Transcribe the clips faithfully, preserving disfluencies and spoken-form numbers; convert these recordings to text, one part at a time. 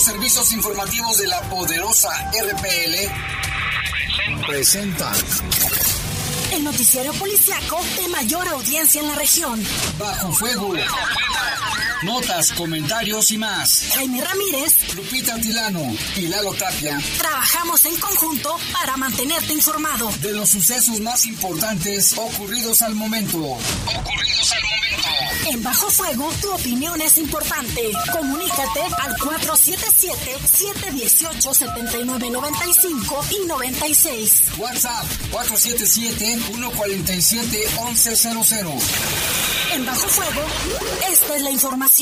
Los servicios informativos de la poderosa R P L presentan el noticiario policiaco de mayor audiencia en la región. Bajo Fuego. Notas, comentarios y más. Jaime Ramírez, Lupita Tilano y Lalo Tapia. Trabajamos en conjunto para mantenerte informado de los sucesos más importantes ocurridos al momento. Ocurridos al momento. En Bajo Fuego, tu opinión es importante. Comunícate al cuatro siete siete, siete uno ocho, siete nueve nueve cinco y noventa y seis. WhatsApp cuatro siete siete, uno cuatro siete, once cero cero. En Bajo Fuego, esta es la información.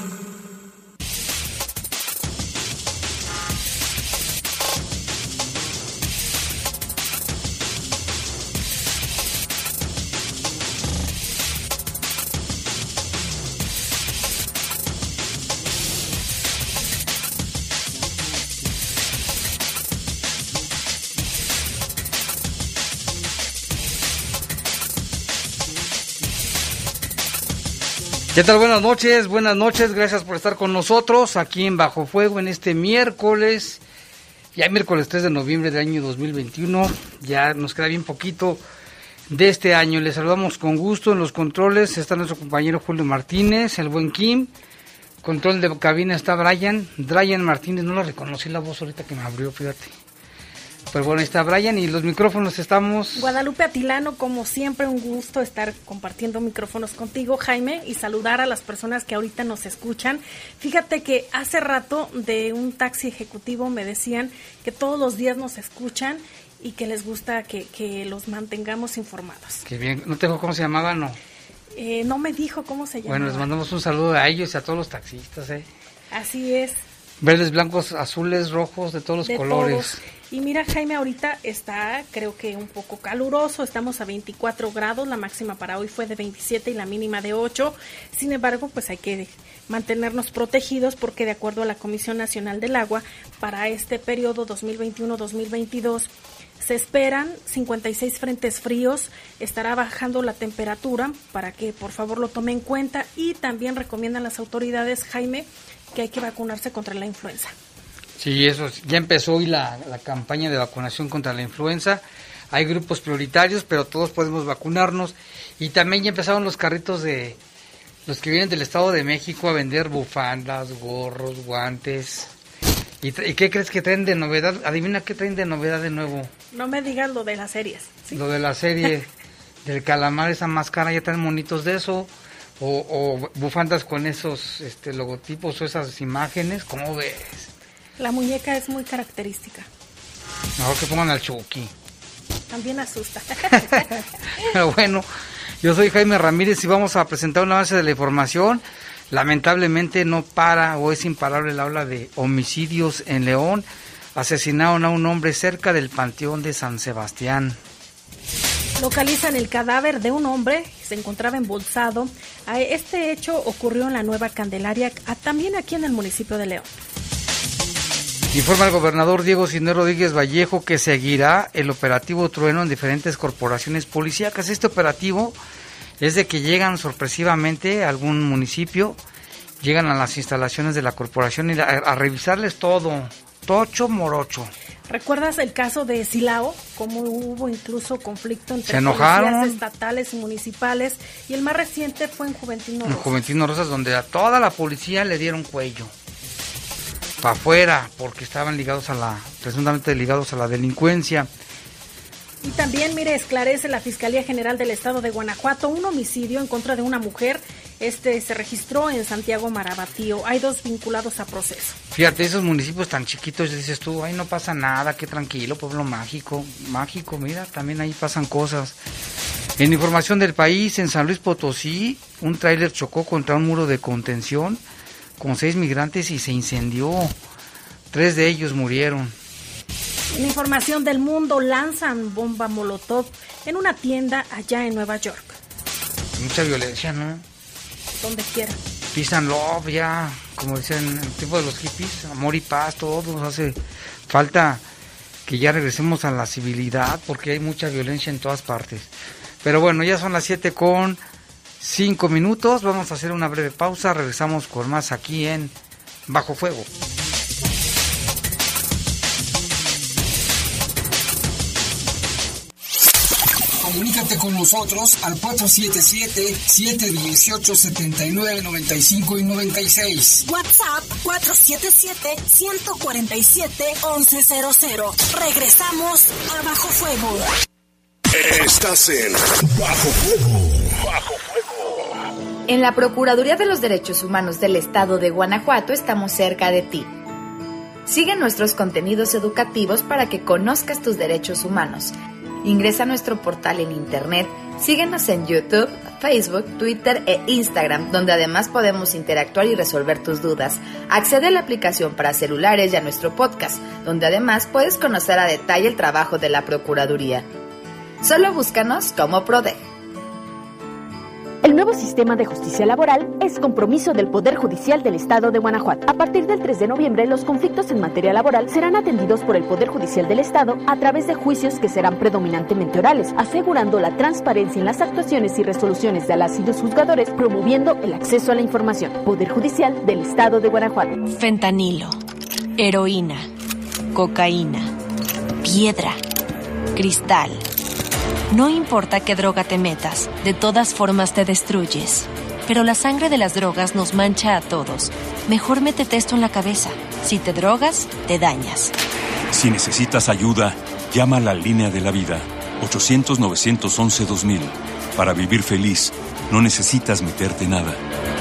¿Qué tal? Buenas noches, buenas noches, gracias por estar con nosotros aquí en Bajo Fuego en este miércoles, ya miércoles tres de noviembre del año dos mil veintiuno, ya nos queda bien poquito de este año. Les saludamos con gusto. En los controles está nuestro compañero Julio Martínez, el buen Kim, control de cabina está Brian, Brian Martínez, no lo reconocí la voz ahorita que me abrió, fíjate. Pero bueno, ahí está Brian y los micrófonos estamos... Guadalupe Atilano, como siempre, un gusto estar compartiendo micrófonos contigo, Jaime, y saludar a las personas que ahorita nos escuchan. Fíjate que hace rato de un taxi ejecutivo me decían que todos los días nos escuchan y que les gusta que, que los mantengamos informados. Qué bien, ¿no te dijo cómo se llamaba, no? Eh, no me dijo cómo se llamaba. Bueno, les mandamos un saludo a ellos y a todos los taxistas, ¿eh? Así es. Verdes, blancos, azules, rojos, de todos los de colores. Todos. Y mira, Jaime, ahorita está, creo que un poco caluroso, estamos a veinticuatro grados, la máxima para hoy fue de veintisiete y la mínima de ocho. Sin embargo, pues hay que mantenernos protegidos porque de acuerdo a la Comisión Nacional del Agua, para este periodo dos mil veintiuno dos mil veintidós, se esperan cincuenta y seis frentes fríos, estará bajando la temperatura para que por favor lo tome en cuenta y también recomiendan las autoridades, Jaime, que hay que vacunarse contra la influenza. Sí, eso, ya empezó hoy la, la campaña de vacunación contra la influenza. Hay grupos prioritarios, pero todos podemos vacunarnos. Y también ya empezaron los carritos de los que vienen del Estado de México a vender bufandas, gorros, guantes. ¿Y, y qué crees que traen de novedad? Adivina qué traen de novedad de nuevo. No me digas lo de las series. ¿Sí? Lo de la serie del calamar, esa máscara, ya traen monitos de eso. O, o bufandas con esos este, logotipos o esas imágenes. ¿Cómo ves? La muñeca es muy característica. Mejor que pongan al Chucky. También asusta. Pero bueno, yo soy Jaime Ramírez y vamos a presentar un avance de la información. Lamentablemente no para o es imparable la ola de homicidios en León. Asesinaron a un hombre cerca del Panteón de San Sebastián. Localizan el cadáver de un hombre que se encontraba embolsado. Este hecho ocurrió en la Nueva Candelaria, también aquí en el municipio de León. Informa el gobernador Diego Sinue Rodríguez Vallejo que seguirá el operativo Trueno en diferentes corporaciones policíacas. Este operativo es de que llegan sorpresivamente a algún municipio, llegan a las instalaciones de la corporación y a, a revisarles todo, tocho morocho. ¿Recuerdas el caso de Silao? Cómo hubo incluso conflicto entre Se enojaron. policías estatales y municipales, y el más reciente fue en Juventino Rosas. En Juventino Rosas, donde a toda la policía le dieron cuello. Para afuera, porque estaban ligados a la, presuntamente ligados a la delincuencia. Y también, mire, esclarece la Fiscalía General del Estado de Guanajuato un homicidio en contra de una mujer. Este se registró en Santiago Marabatío. Hay dos vinculados a proceso. Fíjate, esos municipios tan chiquitos, dices tú, ahí no pasa nada, qué tranquilo, pueblo mágico, mágico, mira, también ahí pasan cosas. En información del país, en San Luis Potosí, un tráiler chocó contra un muro de contención con seis migrantes y se incendió. Tres de ellos murieron. En información del mundo, lanzan bomba molotov en una tienda allá en Nueva York. Mucha violencia, ¿no? Donde quiera. Peace and love, ya, como dicen el tipo de los hippies, amor y paz, todo nos hace falta que ya regresemos a la civilidad, porque hay mucha violencia en todas partes. Pero bueno, ya son las siete con cinco minutos, vamos a hacer una breve pausa, regresamos con más aquí en Bajo Fuego. Comunícate con nosotros al cuatro siete siete, siete uno ocho, siete nueve nueve cinco y noventa y seis. WhatsApp cuatro siete siete, uno cuatro siete, once cero cero. Regresamos a Bajo Fuego. Estás en Bajo Fuego. Bajo Fuego. En la Procuraduría de los Derechos Humanos del Estado de Guanajuato estamos cerca de ti. Sigue nuestros contenidos educativos para que conozcas tus derechos humanos. Ingresa a nuestro portal en internet, síguenos en YouTube, Facebook, Twitter e Instagram, donde además podemos interactuar y resolver tus dudas. Accede a la aplicación para celulares y a nuestro podcast, donde además puedes conocer a detalle el trabajo de la Procuraduría. Solo búscanos como PRODEG. El nuevo sistema de justicia laboral es compromiso del Poder Judicial del Estado de Guanajuato. A partir del tres de noviembre, los conflictos en materia laboral serán atendidos por el Poder Judicial del Estado a través de juicios que serán predominantemente orales, asegurando la transparencia en las actuaciones y resoluciones de las y los juzgadores, promoviendo el acceso a la información. Poder Judicial del Estado de Guanajuato. Fentanilo, heroína, cocaína, piedra, cristal. No importa qué droga te metas, de todas formas te destruyes. Pero la sangre de las drogas nos mancha a todos. Mejor métete esto en la cabeza. Si te drogas, te dañas. Si necesitas ayuda, llama a la línea de la vida. ochocientos, novecientos once, dos mil. Para vivir feliz, no necesitas meterte nada.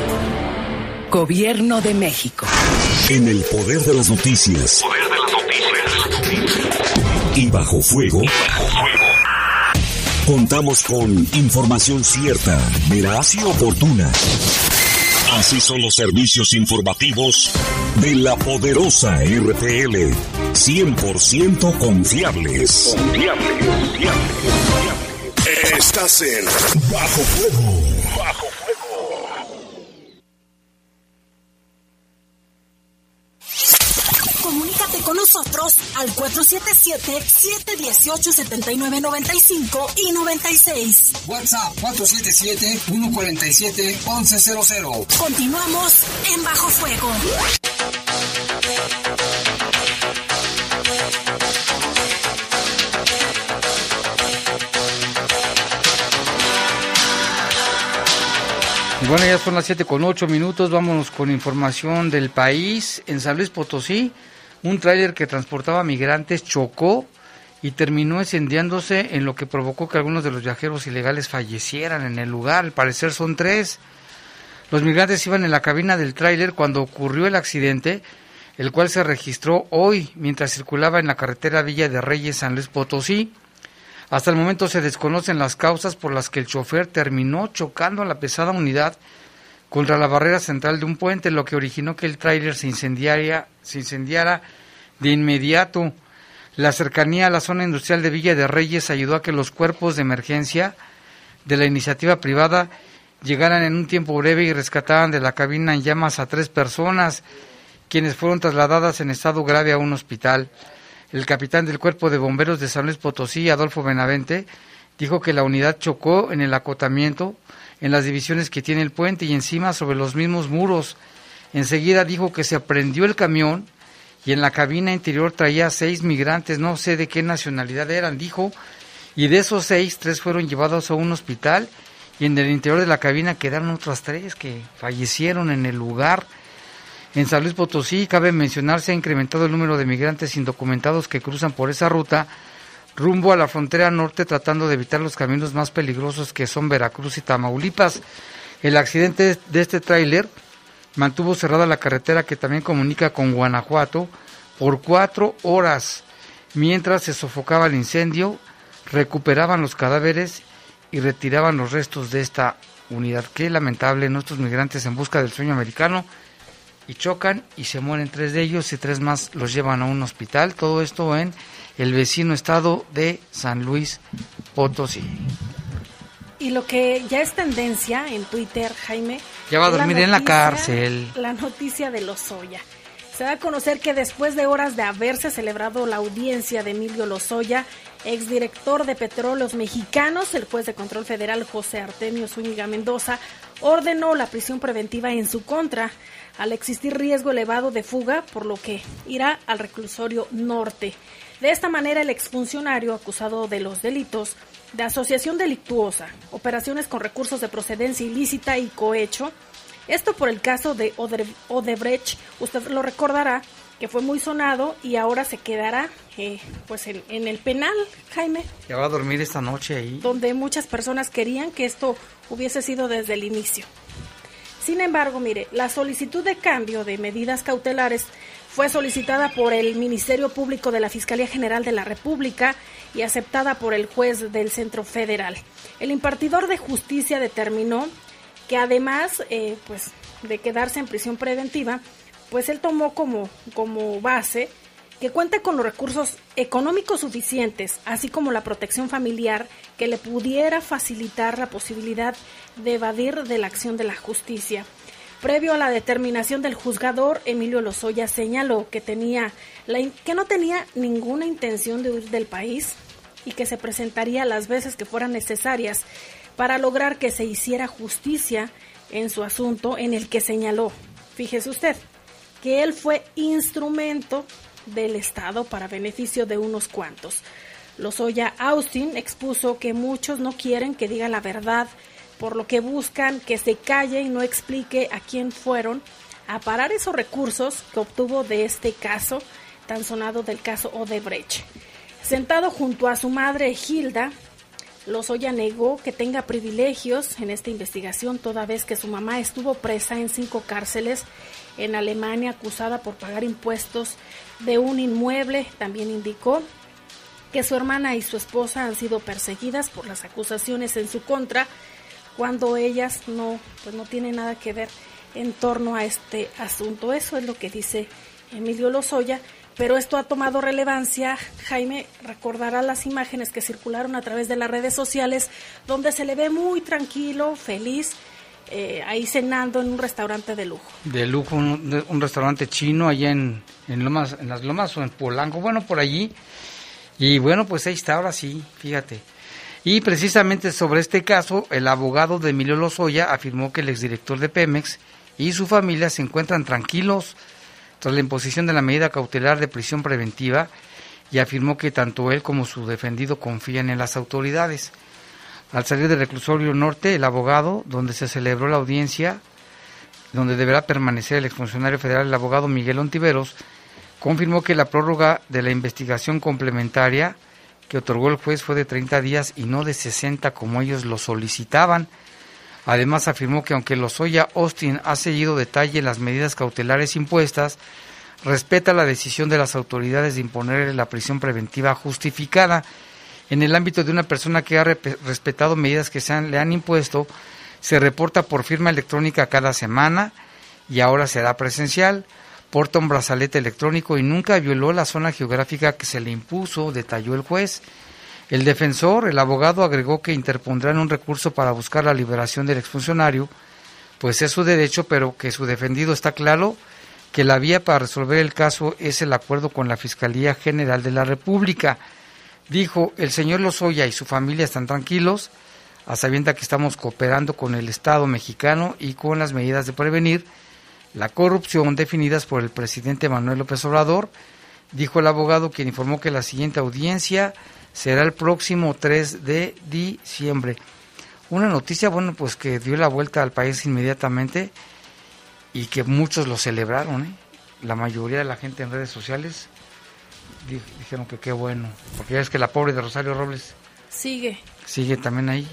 Gobierno de México. En el poder de las noticias. Poder de las noticias. Y Bajo Fuego. Y Bajo Fuego. Contamos con información cierta, veraz y oportuna. Así son los servicios informativos de la poderosa R P L. cien por ciento confiables. Confiables, confiables, confiables. Estás en Bajo Fuego. Bajo Fuego. Comunícate con nosotros al cuatro siete siete, siete uno ocho, siete nueve nueve cinco y noventa y seis. WhatsApp cuatro siete siete, uno cuatro siete, once cero cero. Continuamos en Bajo Fuego. Y bueno, ya son las siete con ocho minutos, vámonos con información del país. En San Luis Potosí, un tráiler que transportaba migrantes chocó y terminó incendiándose, en lo que provocó que algunos de los viajeros ilegales fallecieran en el lugar. Al parecer son tres. Los migrantes iban en la cabina del tráiler cuando ocurrió el accidente, el cual se registró hoy mientras circulaba en la carretera Villa de Reyes, San Luis Potosí. Hasta el momento se desconocen las causas por las que el chofer terminó chocando a la pesada unidad contra la barrera central de un puente, lo que originó que el tráiler se incendiara, se incendiara de inmediato. La cercanía a la zona industrial de Villa de Reyes ayudó a que los cuerpos de emergencia de la iniciativa privada llegaran en un tiempo breve y rescataran de la cabina en llamas a tres personas, quienes fueron trasladadas en estado grave a un hospital. El capitán del Cuerpo de Bomberos de San Luis Potosí, Adolfo Benavente, dijo que la unidad chocó en el acotamiento, en las divisiones que tiene el puente y encima sobre los mismos muros. Enseguida dijo que se prendió el camión y en la cabina interior traía seis migrantes, no sé de qué nacionalidad eran, dijo, y de esos seis, tres fueron llevados a un hospital y en el interior de la cabina quedaron otras tres que fallecieron en el lugar. En San Luis Potosí, cabe mencionar, se ha incrementado el número de migrantes indocumentados que cruzan por esa ruta rumbo a la frontera norte, tratando de evitar los caminos más peligrosos que son Veracruz y Tamaulipas. El accidente de este tráiler mantuvo cerrada la carretera que también comunica con Guanajuato por cuatro horas, mientras se sofocaba el incendio, recuperaban los cadáveres y retiraban los restos de esta unidad. Qué lamentable, nuestros migrantes en busca del sueño americano, y chocan y se mueren tres de ellos y tres más los llevan a un hospital. Todo esto en el vecino estado de San Luis Potosí. Y lo que ya es tendencia en Twitter, Jaime, ya va a dormir la en la noticia, cárcel. La noticia de Lozoya. Se da a conocer que después de horas de haberse celebrado la audiencia de Emilio Lozoya, exdirector de Petróleos Mexicanos, el juez de control federal José Artemio Zúñiga Mendoza ordenó la prisión preventiva en su contra, al existir riesgo elevado de fuga, por lo que irá al reclusorio norte. De esta manera, el exfuncionario acusado de los delitos de asociación delictuosa, operaciones con recursos de procedencia ilícita y cohecho. Esto por el caso de Odebrecht, usted lo recordará, que fue muy sonado y ahora se quedará eh, pues en, en el penal, Jaime. Ya va a dormir esta noche ahí. Donde muchas personas querían que esto hubiese sido desde el inicio. Sin embargo, mire, la solicitud de cambio de medidas cautelares fue solicitada por el Ministerio Público de la Fiscalía General de la República y aceptada por el juez del Centro Federal. El impartidor de justicia determinó que además eh, pues, de quedarse en prisión preventiva, pues él tomó como, como base que cuenta con los recursos económicos suficientes, así como la protección familiar que le pudiera facilitar la posibilidad de evadir de la acción de la justicia. Previo a la determinación del juzgador, Emilio Lozoya señaló que, tenía la in- que no tenía ninguna intención de huir del país y que se presentaría las veces que fueran necesarias para lograr que se hiciera justicia en su asunto, en el que señaló, fíjese usted, que él fue instrumento del Estado para beneficio de unos cuantos. Lozoya Austin expuso que muchos no quieren que diga la verdad, por lo que buscan que se calle y no explique a quién fueron a parar esos recursos que obtuvo de este caso tan sonado del caso Odebrecht. Sentado junto a su madre Hilda, Lozoya negó que tenga privilegios en esta investigación, toda vez que su mamá estuvo presa en cinco cárceles en Alemania, acusada por pagar impuestos de un inmueble. También indicó que su hermana y su esposa han sido perseguidas por las acusaciones en su contra, cuando ellas no, pues no tienen nada que ver en torno a este asunto. Eso es lo que dice Emilio Lozoya. Pero esto ha tomado relevancia. Jaime recordará las imágenes que circularon a través de las redes sociales, donde se le ve muy tranquilo, feliz, eh, ahí cenando en un restaurante de lujo. De lujo, un, un restaurante chino allá en, en, Lomas, en las Lomas o en Polanco, bueno, por allí. Y bueno, pues ahí está, ahora sí, fíjate. Y precisamente sobre este caso, el abogado de Emilio Lozoya afirmó que el exdirector de Pemex y su familia se encuentran tranquilos tras la imposición de la medida cautelar de prisión preventiva, y afirmó que tanto él como su defendido confían en las autoridades. Al salir del reclusorio norte, el abogado, donde se celebró la audiencia, donde deberá permanecer el exfuncionario federal, el abogado Miguel Ontiveros, confirmó que la prórroga de la investigación complementaria que otorgó el juez fue de treinta días y no de sesenta como ellos lo solicitaban. Además afirmó que aunque Lozoya Austin ha seguido detalle las medidas cautelares impuestas, respeta la decisión de las autoridades de imponerle la prisión preventiva justificada. En el ámbito de una persona que ha rep- respetado medidas que se han, le han impuesto, se reporta por firma electrónica cada semana y ahora será presencial, porta un brazalete electrónico y nunca violó la zona geográfica que se le impuso, detalló el juez. El defensor, el abogado, agregó que interpondrán un recurso para buscar la liberación del exfuncionario, pues es su derecho, pero que su defendido está claro que la vía para resolver el caso es el acuerdo con la Fiscalía General de la República. Dijo, el señor Lozoya y su familia están tranquilos, a sabiendas que estamos cooperando con el Estado mexicano y con las medidas de prevenir la corrupción definidas por el presidente Manuel López Obrador, dijo el abogado, quien informó que la siguiente audiencia será el próximo tres de diciembre. Una noticia, bueno, pues que dio la vuelta al país inmediatamente y que muchos lo celebraron, ¿eh? La mayoría de la gente en redes sociales di- dijeron que qué bueno, porque ya es que la pobre de Rosario Robles Sigue. sigue también ahí.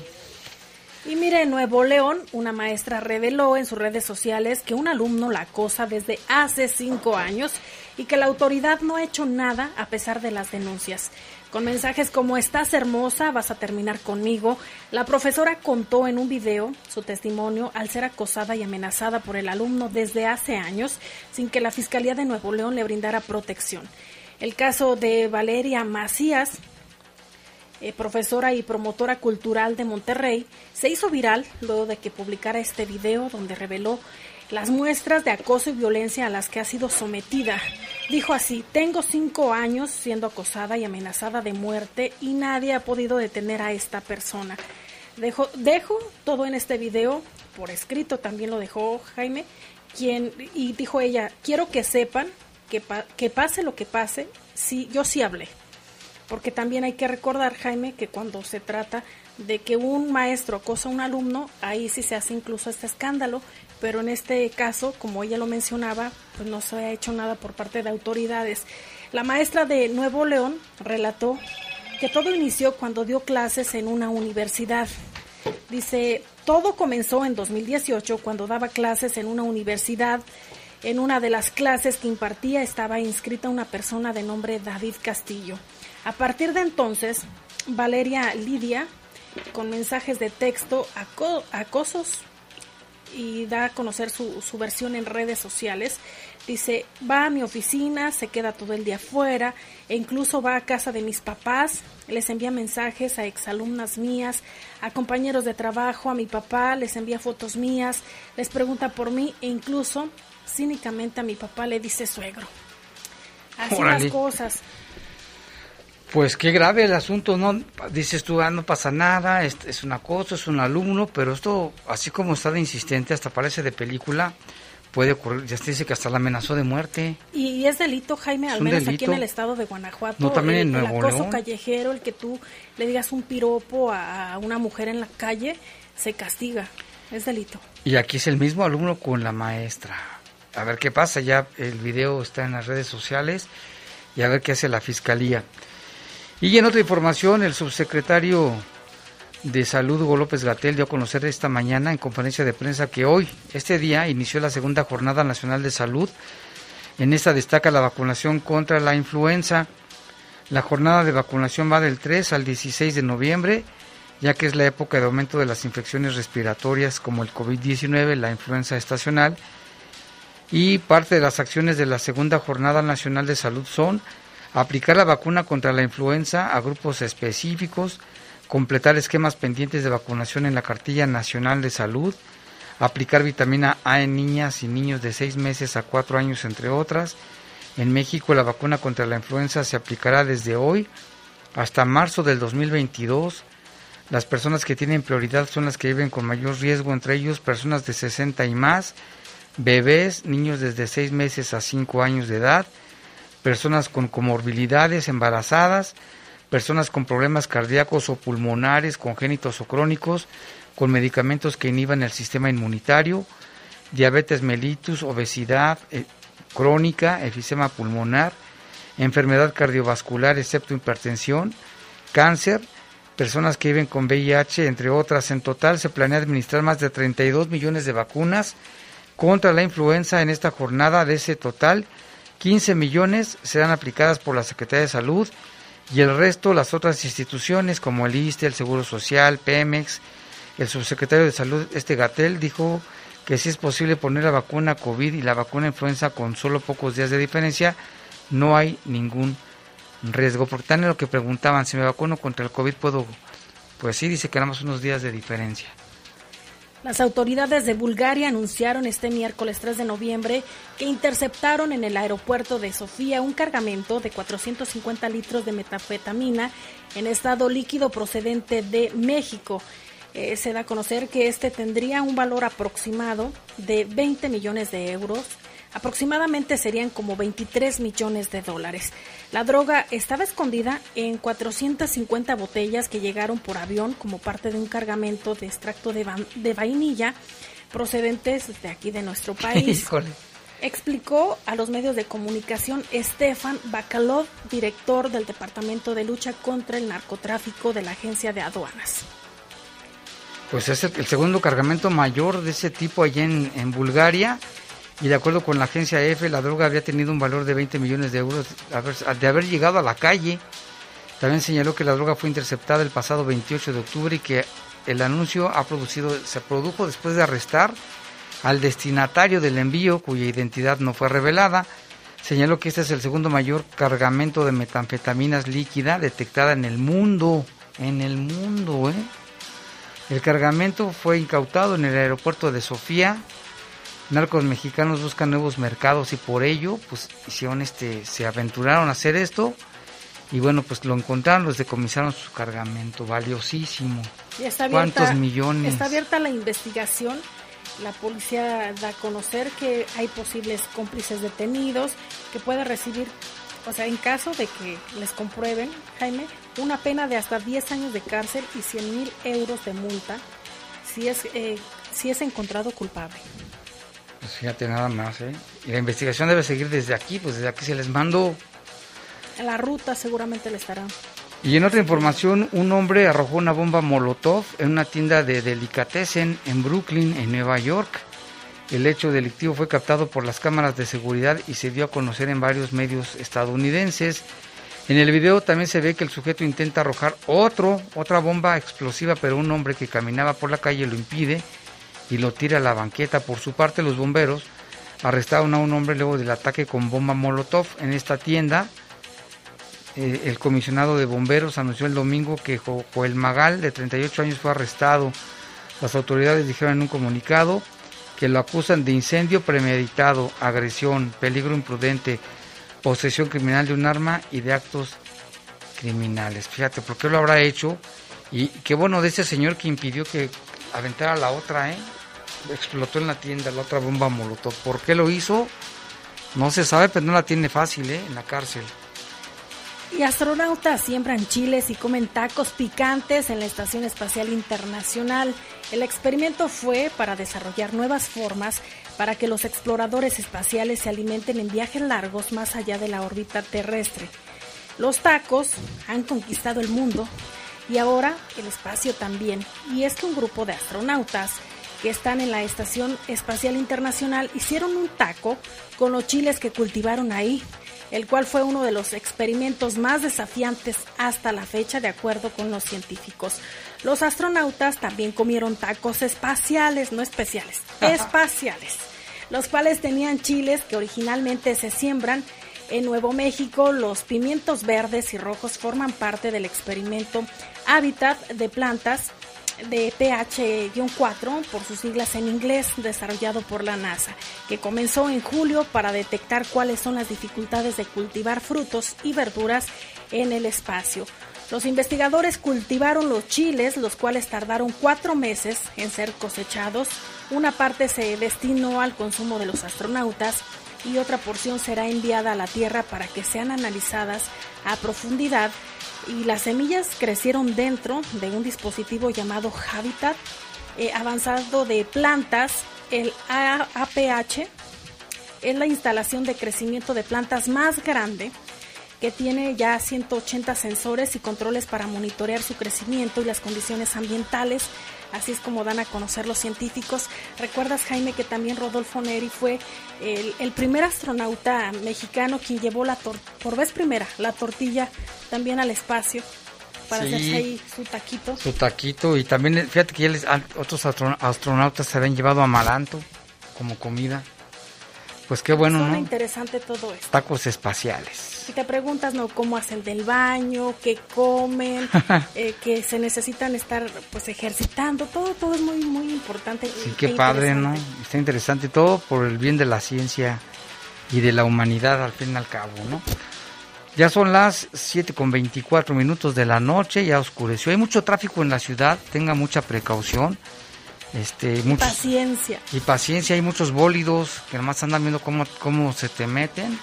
Y mire, en Nuevo León, una maestra reveló en sus redes sociales que un alumno la acosa desde hace cinco años y que la autoridad no ha hecho nada a pesar de las denuncias. Con mensajes como "estás hermosa, vas a terminar conmigo", la profesora contó en un video su testimonio al ser acosada y amenazada por el alumno desde hace años, sin que la Fiscalía de Nuevo León le brindara protección. El caso de Valeria Macías, eh, profesora y promotora cultural de Monterrey, se hizo viral luego de que publicara este video donde reveló las muestras de acoso y violencia a las que ha sido sometida. Dijo así: "Tengo cinco años siendo acosada y amenazada de muerte y nadie ha podido detener a esta persona". Dejo, dejo todo en este video, por escrito también lo dejó Jaime, quien, y dijo ella: "Quiero que sepan que, pa, que pase lo que pase, sí, yo sí hablé. porque también hay que recordar, Jaime, que cuando se trata de que un maestro acosa a un alumno, ahí sí se hace incluso este escándalo, pero en este caso, como ella lo mencionaba, pues no se ha hecho nada por parte de autoridades. La maestra de Nuevo León relató que todo inició cuando dio clases en una universidad. Dice, todo comenzó en dos mil dieciocho cuando daba clases en una universidad. En una de las clases que impartía estaba inscrita una persona de nombre David Castillo. A partir de entonces, Valeria Lidia, con mensajes de texto, aco- acosos, y da a conocer su, su versión en redes sociales. Dice, va a mi oficina, se queda todo el día afuera, e incluso va a casa de mis papás, les envía mensajes a exalumnas mías, a compañeros de trabajo, a mi papá, les envía fotos mías, les pregunta por mí, e incluso, cínicamente, a mi papá le dice suegro. Así Órale. las cosas. Pues qué grave el asunto, ¿no? Dices tú, ah, no pasa nada, es, es una cosa, es un alumno, pero esto, así como está de insistente, hasta parece de película, puede ocurrir, ya se dice que hasta la amenazó de muerte. Y, y es delito, Jaime, Es al un menos delito. aquí en el estado de Guanajuato. No, también en el, Nuevo el acoso León. callejero, el que tú le digas un piropo a, a una mujer en la calle, se castiga, es delito. Y aquí es el mismo alumno con la maestra. A ver qué pasa, ya el video está en las redes sociales y a ver qué hace la fiscalía. Y en otra información, el subsecretario de Salud, Hugo López-Gatell, dio a conocer esta mañana en conferencia de prensa que hoy, este día, inició la segunda Jornada Nacional de Salud. En esta destaca la vacunación contra la influenza. La jornada de vacunación va del tres al dieciséis de noviembre, ya que es la época de aumento de las infecciones respiratorias como el COVID diecinueve, la influenza estacional. Y parte de las acciones de la segunda Jornada Nacional de Salud son aplicar la vacuna contra la influenza a grupos específicos, completar esquemas pendientes de vacunación en la Cartilla Nacional de Salud, aplicar vitamina A en niñas y niños de seis meses a cuatro años, entre otras. En México la vacuna contra la influenza se aplicará desde hoy hasta marzo del dos mil veintidós. Las personas que tienen prioridad son las que viven con mayor riesgo, entre ellos personas de sesenta y más, bebés, niños desde seis meses a cinco años de edad, personas con comorbilidades, embarazadas, personas con problemas cardíacos o pulmonares, congénitos o crónicos, con medicamentos que inhiban el sistema inmunitario, diabetes mellitus, obesidad eh, crónica, efisema pulmonar, enfermedad cardiovascular excepto hipertensión, cáncer, personas que viven con V I H, entre otras. En total se planea administrar más de treinta y dos millones de vacunas contra la influenza en esta jornada. De ese total, quince millones serán aplicadas por la Secretaría de Salud y el resto las otras instituciones como el I S S S T E, el Seguro Social, Pemex. El subsecretario de Salud, este Gatell, dijo que si es posible poner la vacuna COVID y la vacuna influenza con solo pocos días de diferencia, no hay ningún riesgo. Porque también lo que preguntaban, si me vacuno contra el COVID, ¿puedo? Pues sí, dice que nada más unos días de diferencia. Las autoridades de Bulgaria anunciaron este miércoles tres de noviembre que interceptaron en el aeropuerto de Sofía un cargamento de cuatrocientos cincuenta litros de metanfetamina en estado líquido procedente de México. Eh, se da a conocer que este tendría un valor aproximado de veinte millones de euros. Aproximadamente serían como veintitrés millones de dólares. La droga estaba escondida en cuatrocientas cincuenta botellas que llegaron por avión como parte de un cargamento de extracto de, va- de vainilla procedentes de aquí de nuestro país. Híjole. Explicó a los medios de comunicación Stefan Bakalov, director del Departamento de Lucha contra el Narcotráfico de la Agencia de Aduanas. Pues es el, el segundo cargamento mayor de ese tipo allá en, en Bulgaria. Y de acuerdo con la agencia E F, la droga había tenido un valor de veinte millones de euros de haber llegado a la calle. También señaló que la droga fue interceptada el pasado veintiocho de octubre y que el anuncio ha producido, se produjo después de arrestar al destinatario del envío, cuya identidad no fue revelada. Señaló que este es el segundo mayor cargamento de metanfetaminas líquida detectada en el mundo. En el mundo, ¿eh? El cargamento fue incautado en el aeropuerto de Sofía. Narcos mexicanos buscan nuevos mercados y por ello pues hicieron este, se aventuraron a hacer esto y bueno, pues lo encontraron, los decomisaron su cargamento, valiosísimo. Ya está abierta, ¿cuántos millones? Está abierta la investigación. La policía da a conocer que hay posibles cómplices detenidos, que puede recibir O sea, en caso de que les comprueben, Jaime, una pena de hasta diez años de cárcel y cien mil euros de multa si es, eh, si es encontrado culpable. Pues fíjate nada más, ¿eh? Y la investigación debe seguir desde aquí, pues desde aquí se les mandó. La ruta seguramente le estarán. Y en otra información, un hombre arrojó una bomba molotov en una tienda de delicatessen en Brooklyn, en Nueva York. El hecho delictivo fue captado por las cámaras de seguridad y se dio a conocer en varios medios estadounidenses. En el video también se ve que el sujeto intenta arrojar otro, otra bomba explosiva, pero un hombre que caminaba por la calle lo impide y lo tira a la banqueta. Por su parte, los bomberos arrestaron a un hombre luego del ataque con bomba molotov en esta tienda. Eh, el comisionado de bomberos anunció el domingo que Jo- Joel Magal, de treinta y ocho años, fue arrestado. Las autoridades dijeron en un comunicado que lo acusan de incendio premeditado, agresión, peligro imprudente, posesión criminal de un arma y de actos criminales. Fíjate, ¿por qué lo habrá hecho? Y qué bueno de ese señor que impidió que aventara la otra, ¿eh? Explotó en la tienda la otra bomba molotov. ¿Por qué lo hizo? No se sabe, pero no la tiene fácil, ¿eh? En la cárcel. Y astronautas siembran chiles y comen tacos picantes en la Estación Espacial Internacional. El experimento fue para desarrollar nuevas formas para que los exploradores espaciales se alimenten en viajes largos más allá de la órbita terrestre. Los tacos han conquistado el mundo y ahora el espacio también. Y es que un grupo de astronautas que están en la Estación Espacial Internacional hicieron un taco con los chiles que cultivaron ahí, el cual fue uno de los experimentos más desafiantes hasta la fecha, de acuerdo con los científicos. Los astronautas también comieron tacos espaciales, no especiales, espaciales, los cuales tenían chiles que originalmente se siembran en Nuevo México. Los pimientos verdes y rojos forman parte del experimento Hábitat de Plantas de P H cuatro, por sus siglas en inglés, desarrollado por la NASA, que comenzó en julio para detectar cuáles son las dificultades de cultivar frutos y verduras en el espacio. Los investigadores cultivaron los chiles, los cuales tardaron cuatro meses en ser cosechados. Una parte se destinó al consumo de los astronautas y otra porción será enviada a la Tierra para que sean analizadas a profundidad. Y las semillas crecieron dentro de un dispositivo llamado Hábitat eh, avanzado de plantas. El A P H es la instalación de crecimiento de plantas más grande, que tiene ya ciento ochenta sensores y controles para monitorear su crecimiento y las condiciones ambientales. Así es como dan a conocer los científicos. ¿Recuerdas, Jaime, que también Rodolfo Neri fue el, el primer astronauta mexicano quien llevó la tor- por vez primera la tortilla también al espacio para Sí, hacerse ahí su taquito? Su taquito, y también, fíjate que ya les, otros astron- astronautas se habían llevado amaranto como comida. Pues qué bueno, Suena ¿no? interesante todo esto. Tacos espaciales. Si te preguntas, ¿no?, cómo hacen del baño, qué comen, eh, que se necesitan estar pues ejercitando, todo todo es muy muy importante. Sí, qué padre, ¿no? Está interesante, todo por el bien de la ciencia y de la humanidad al fin y al cabo, ¿no? Ya son las siete con veinticuatro minutos de la noche, ya oscureció. Hay mucho tráfico en la ciudad, tenga mucha precaución. Este, muchos, Paciencia. Y paciencia, hay muchos bólidos que nomás andan viendo cómo, cómo se te meten.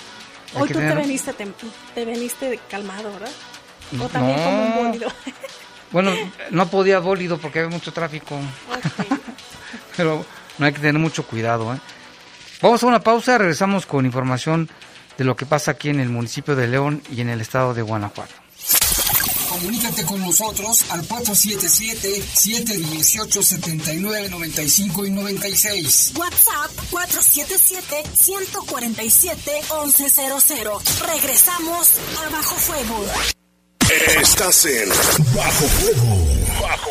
Hay Hoy que tú tener- te veniste te, te veniste calmado, ¿verdad? O también No. como un bólido. Bueno, no podía bólido porque había mucho tráfico. Okay. Pero no hay que tener mucho cuidado, ¿eh? Vamos a una pausa, regresamos con información de lo que pasa aquí en el municipio de León y en el estado de Guanajuato. Comunícate con nosotros al cuatro siete siete, siete uno ocho, siete nueve nueve cinco y noventa y seis. WhatsApp cuatro siete siete, uno cuatro siete, once cero cero. Regresamos a Bajo Fuego. Estás en Bajo Fuego. Bajo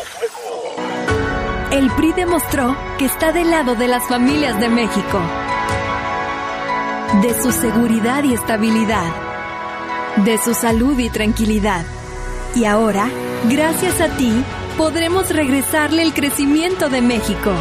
Fuego. El P R I demostró que está del lado de las familias de México, de su seguridad y estabilidad, de su salud y tranquilidad. Y ahora, gracias a ti, podremos regresarle el crecimiento de México.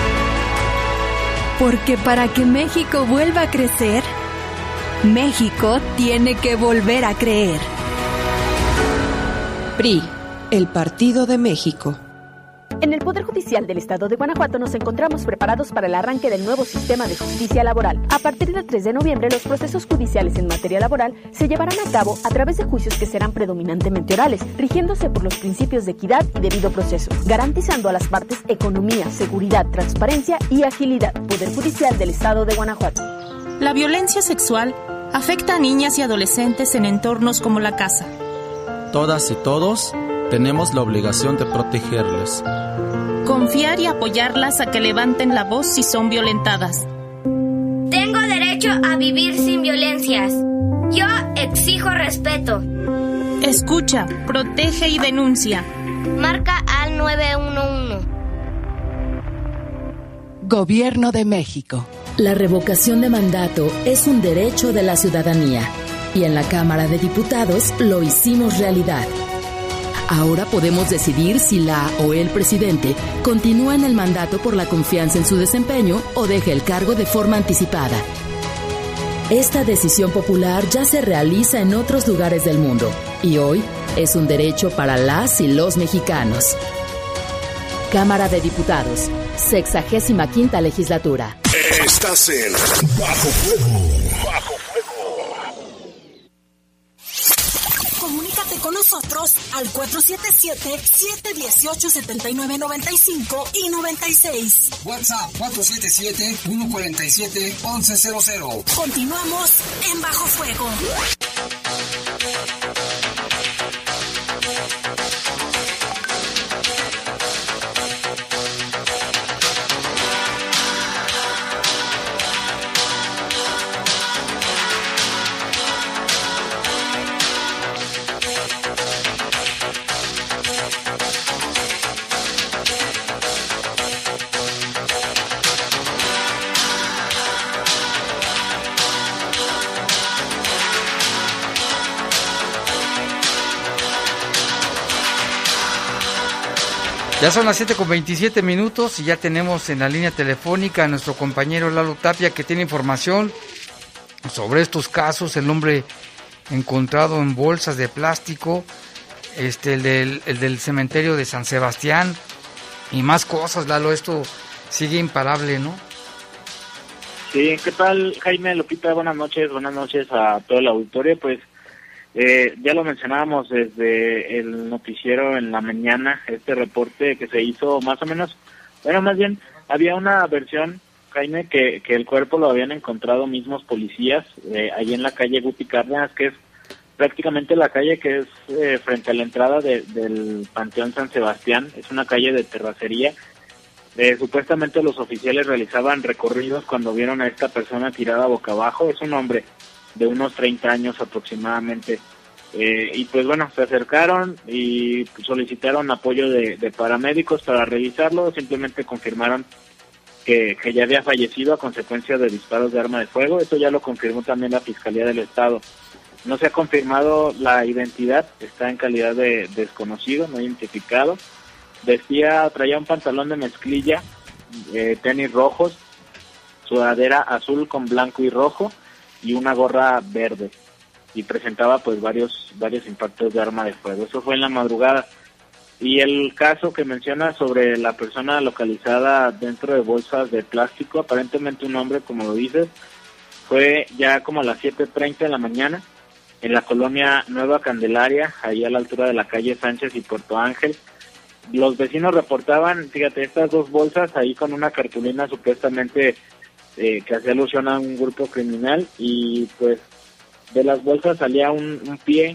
Porque para que México vuelva a crecer, México tiene que volver a creer. P R I, el Partido de México. En el Poder Judicial del Estado de Guanajuato nos encontramos preparados para el arranque del nuevo sistema de justicia laboral. A partir del tres de noviembre, los procesos judiciales en materia laboral se llevarán a cabo a través de juicios que serán predominantemente orales, rigiéndose por los principios de equidad y debido proceso, garantizando a las partes economía, seguridad, transparencia y agilidad. Poder Judicial del Estado de Guanajuato. La violencia sexual afecta a niñas y adolescentes en entornos como la casa. Todas y todos tenemos la obligación de protegerles. Confiar y apoyarlas a que levanten la voz si son violentadas. Tengo derecho a vivir sin violencias. Yo exijo respeto. Escucha, protege y denuncia. Marca al nueve uno uno. Gobierno de México. La revocación de mandato es un derecho de la ciudadanía y en la Cámara de Diputados lo hicimos realidad. Ahora podemos decidir si la o el presidente continúa en el mandato por la confianza en su desempeño o deja el cargo de forma anticipada. Esta decisión popular ya se realiza en otros lugares del mundo y hoy es un derecho para las y los mexicanos. Cámara de Diputados, sexagésima quinta legislatura. Estás en Bajo Fuego. Bajo Comunícate con nosotros al cuatro siete siete, siete uno ocho, siete nueve nueve cinco y noventa y seis. WhatsApp cuatro siete siete, uno cuatro siete, once cero cero. Continuamos en Bajo Fuego. Ya son las siete con veintisiete minutos y ya tenemos en la línea telefónica a nuestro compañero Lalo Tapia, que tiene información sobre estos casos. El hombre encontrado en bolsas de plástico, este, el del, el del cementerio de San Sebastián y más cosas. Lalo, esto sigue imparable, ¿no? Sí, ¿qué tal, Jaime, Lupita? Buenas noches, buenas noches a todo el auditorio. Pues Eh, ya lo mencionábamos desde el noticiero en la mañana, este reporte que se hizo más o menos, bueno, más bien, había una versión, Jaime, que, que el cuerpo lo habían encontrado mismos policías, eh, ahí en la calle Guti Cárdenas, que es prácticamente la calle que es eh, frente a la entrada de, del Panteón San Sebastián, es una calle de terracería. Eh, supuestamente los oficiales realizaban recorridos cuando vieron a esta persona tirada boca abajo. Es un hombre de unos treinta años aproximadamente, eh, y pues bueno, se acercaron y solicitaron apoyo de, de paramédicos para revisarlo. Simplemente confirmaron que, que ya había fallecido a consecuencia de disparos de arma de fuego. Eso ya lo confirmó también la Fiscalía del Estado. No se ha confirmado la identidad, está en calidad de desconocido, no identificado. Vestía, traía un pantalón de mezclilla, eh, tenis rojos, sudadera azul con blanco y rojo y una gorra verde, y presentaba pues varios varios impactos de arma de fuego. Eso fue en la madrugada. Y el caso que menciona sobre la persona localizada dentro de bolsas de plástico, aparentemente un hombre, como lo dices, fue ya como a las siete treinta de la mañana en la colonia Nueva Candelaria, ahí a la altura de la calle Sánchez y Puerto Ángel. Los vecinos reportaban, fíjate, estas dos bolsas ahí con una cartulina supuestamente Eh, que hacía alusión a un grupo criminal, y pues de las bolsas salía un, un pie.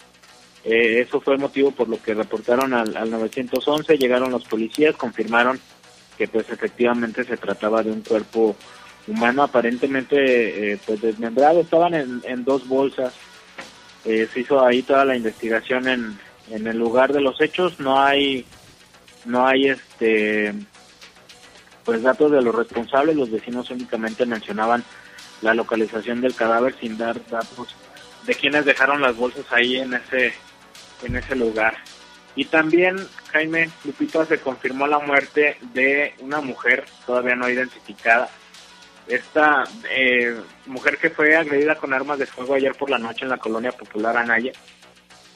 Eh, eso fue el motivo por lo que reportaron al, al nueve once. Llegaron los policías, confirmaron que pues efectivamente se trataba de un cuerpo humano, aparentemente eh, pues desmembrado. Estaban en, en dos bolsas. Eh, se hizo ahí toda la investigación en, en el lugar de los hechos. No hay no hay este pues datos de los responsables. Los vecinos únicamente mencionaban la localización del cadáver sin dar datos de quienes dejaron las bolsas ahí en ese en ese lugar. Y también, Jaime, Lupita, se confirmó la muerte de una mujer todavía no identificada. Esta eh, mujer que fue agredida con armas de fuego ayer por la noche en la colonia popular Anaya.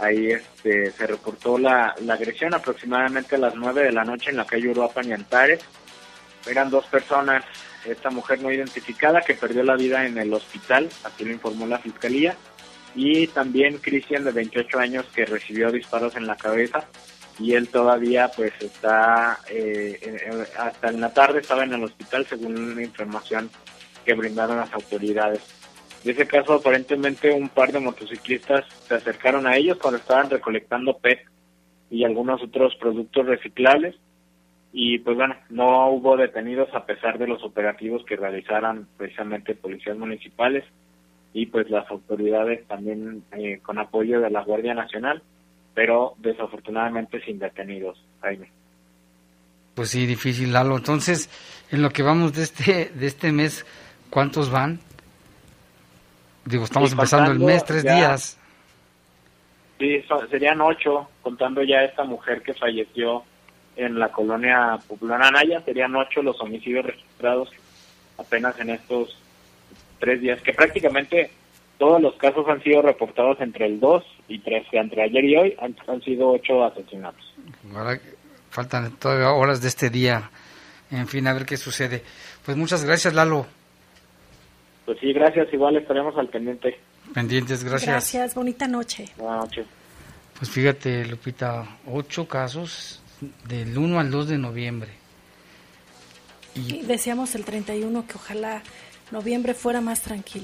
Ahí este, se reportó la, la agresión aproximadamente a las nueve de la noche en la calle Uruapan y Antares. Eran dos personas, esta mujer no identificada que perdió la vida en el hospital, así lo informó la fiscalía, y también Cristian de veintiocho años que recibió disparos en la cabeza y él todavía pues está, eh, hasta en la tarde estaba en el hospital según la información que brindaron las autoridades. De ese caso, aparentemente un par de motociclistas se acercaron a ellos cuando estaban recolectando P E T y algunos otros productos reciclables y pues bueno, no hubo detenidos a pesar de los operativos que realizaran precisamente policías municipales y pues las autoridades también eh, con apoyo de la Guardia Nacional, pero desafortunadamente sin detenidos, Jaime. Pues sí, difícil, Lalo. Entonces, en lo que vamos de este de este mes, ¿cuántos van? Digo, estamos sí, empezando el mes, tres ya, días. Sí, so, serían ocho, contando ya esta mujer que falleció en la colonia Popular Anaya, serían ocho los homicidios registrados apenas en estos tres días, que prácticamente todos los casos han sido reportados entre el dos y tres, entre ayer y hoy han, han sido ocho asesinatos. Ahora faltan todavía horas de este día, en fin, a ver qué sucede. Pues muchas gracias, Lalo. Pues sí, gracias, igual estaremos al pendiente. Pendientes, gracias. Gracias, bonita noche. Buenas noches. Pues fíjate, Lupita, ocho casos del uno al dos de noviembre. Y, y decíamos el treinta y uno que ojalá noviembre fuera más tranquilo.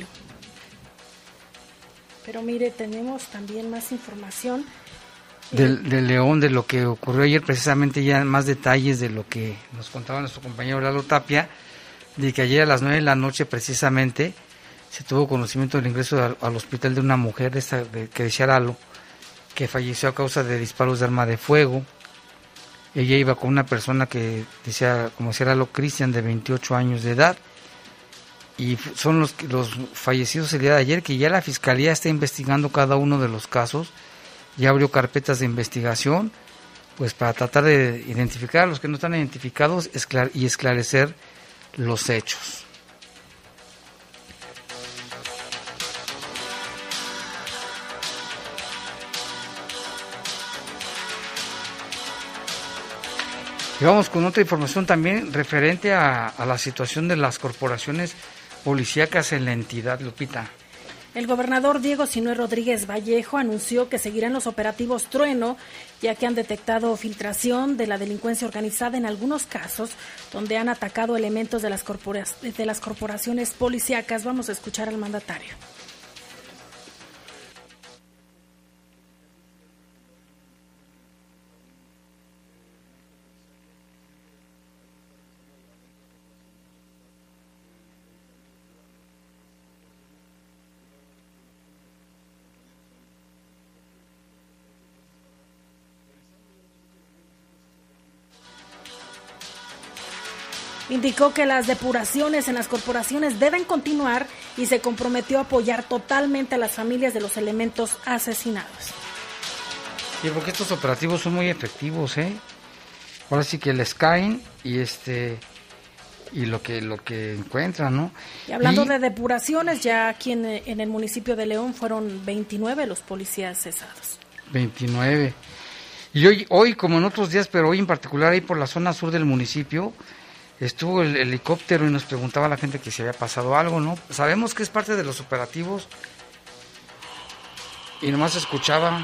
Pero mire, tenemos también más información. Del, eh, del León, de lo que ocurrió ayer, precisamente ya más detalles de lo que nos contaba nuestro compañero Lalo Tapia, de que ayer a las nueve de la noche precisamente se tuvo conocimiento del ingreso al, al hospital de una mujer de esta, de, que decía Lalo, que falleció a causa de disparos de arma de fuego. Ella iba con una persona que decía, como decía Lalo, Cristian, de veintiocho años de edad, y son los, los fallecidos el día de ayer, que ya la Fiscalía está investigando cada uno de los casos, ya abrió carpetas de investigación, pues para tratar de identificar a los que no están identificados esclare- y esclarecer los hechos. Y vamos con otra información también referente a, a la situación de las corporaciones policíacas en la entidad, Lupita. El gobernador Diego Sinúe Rodríguez Vallejo anunció que seguirán los operativos Trueno, ya que han detectado filtración de la delincuencia organizada en algunos casos, donde han atacado elementos de las, corpora- de las corporaciones policíacas. Vamos a escuchar al mandatario. Indicó que las depuraciones en las corporaciones deben continuar y se comprometió a apoyar totalmente a las familias de los elementos asesinados. Sí, porque estos operativos son muy efectivos, ¿eh? Ahora sí que les caen y este y lo que lo que encuentran, ¿no? Y hablando y, de depuraciones, ya aquí en, en el municipio de León fueron veintinueve los policías cesados. veintinueve. Y hoy, hoy como en otros días, pero hoy en particular ahí por la zona sur del municipio, estuvo el helicóptero y nos preguntaba a la gente que si había pasado algo, ¿no? Sabemos que es parte de los operativos y nomás se escuchaba.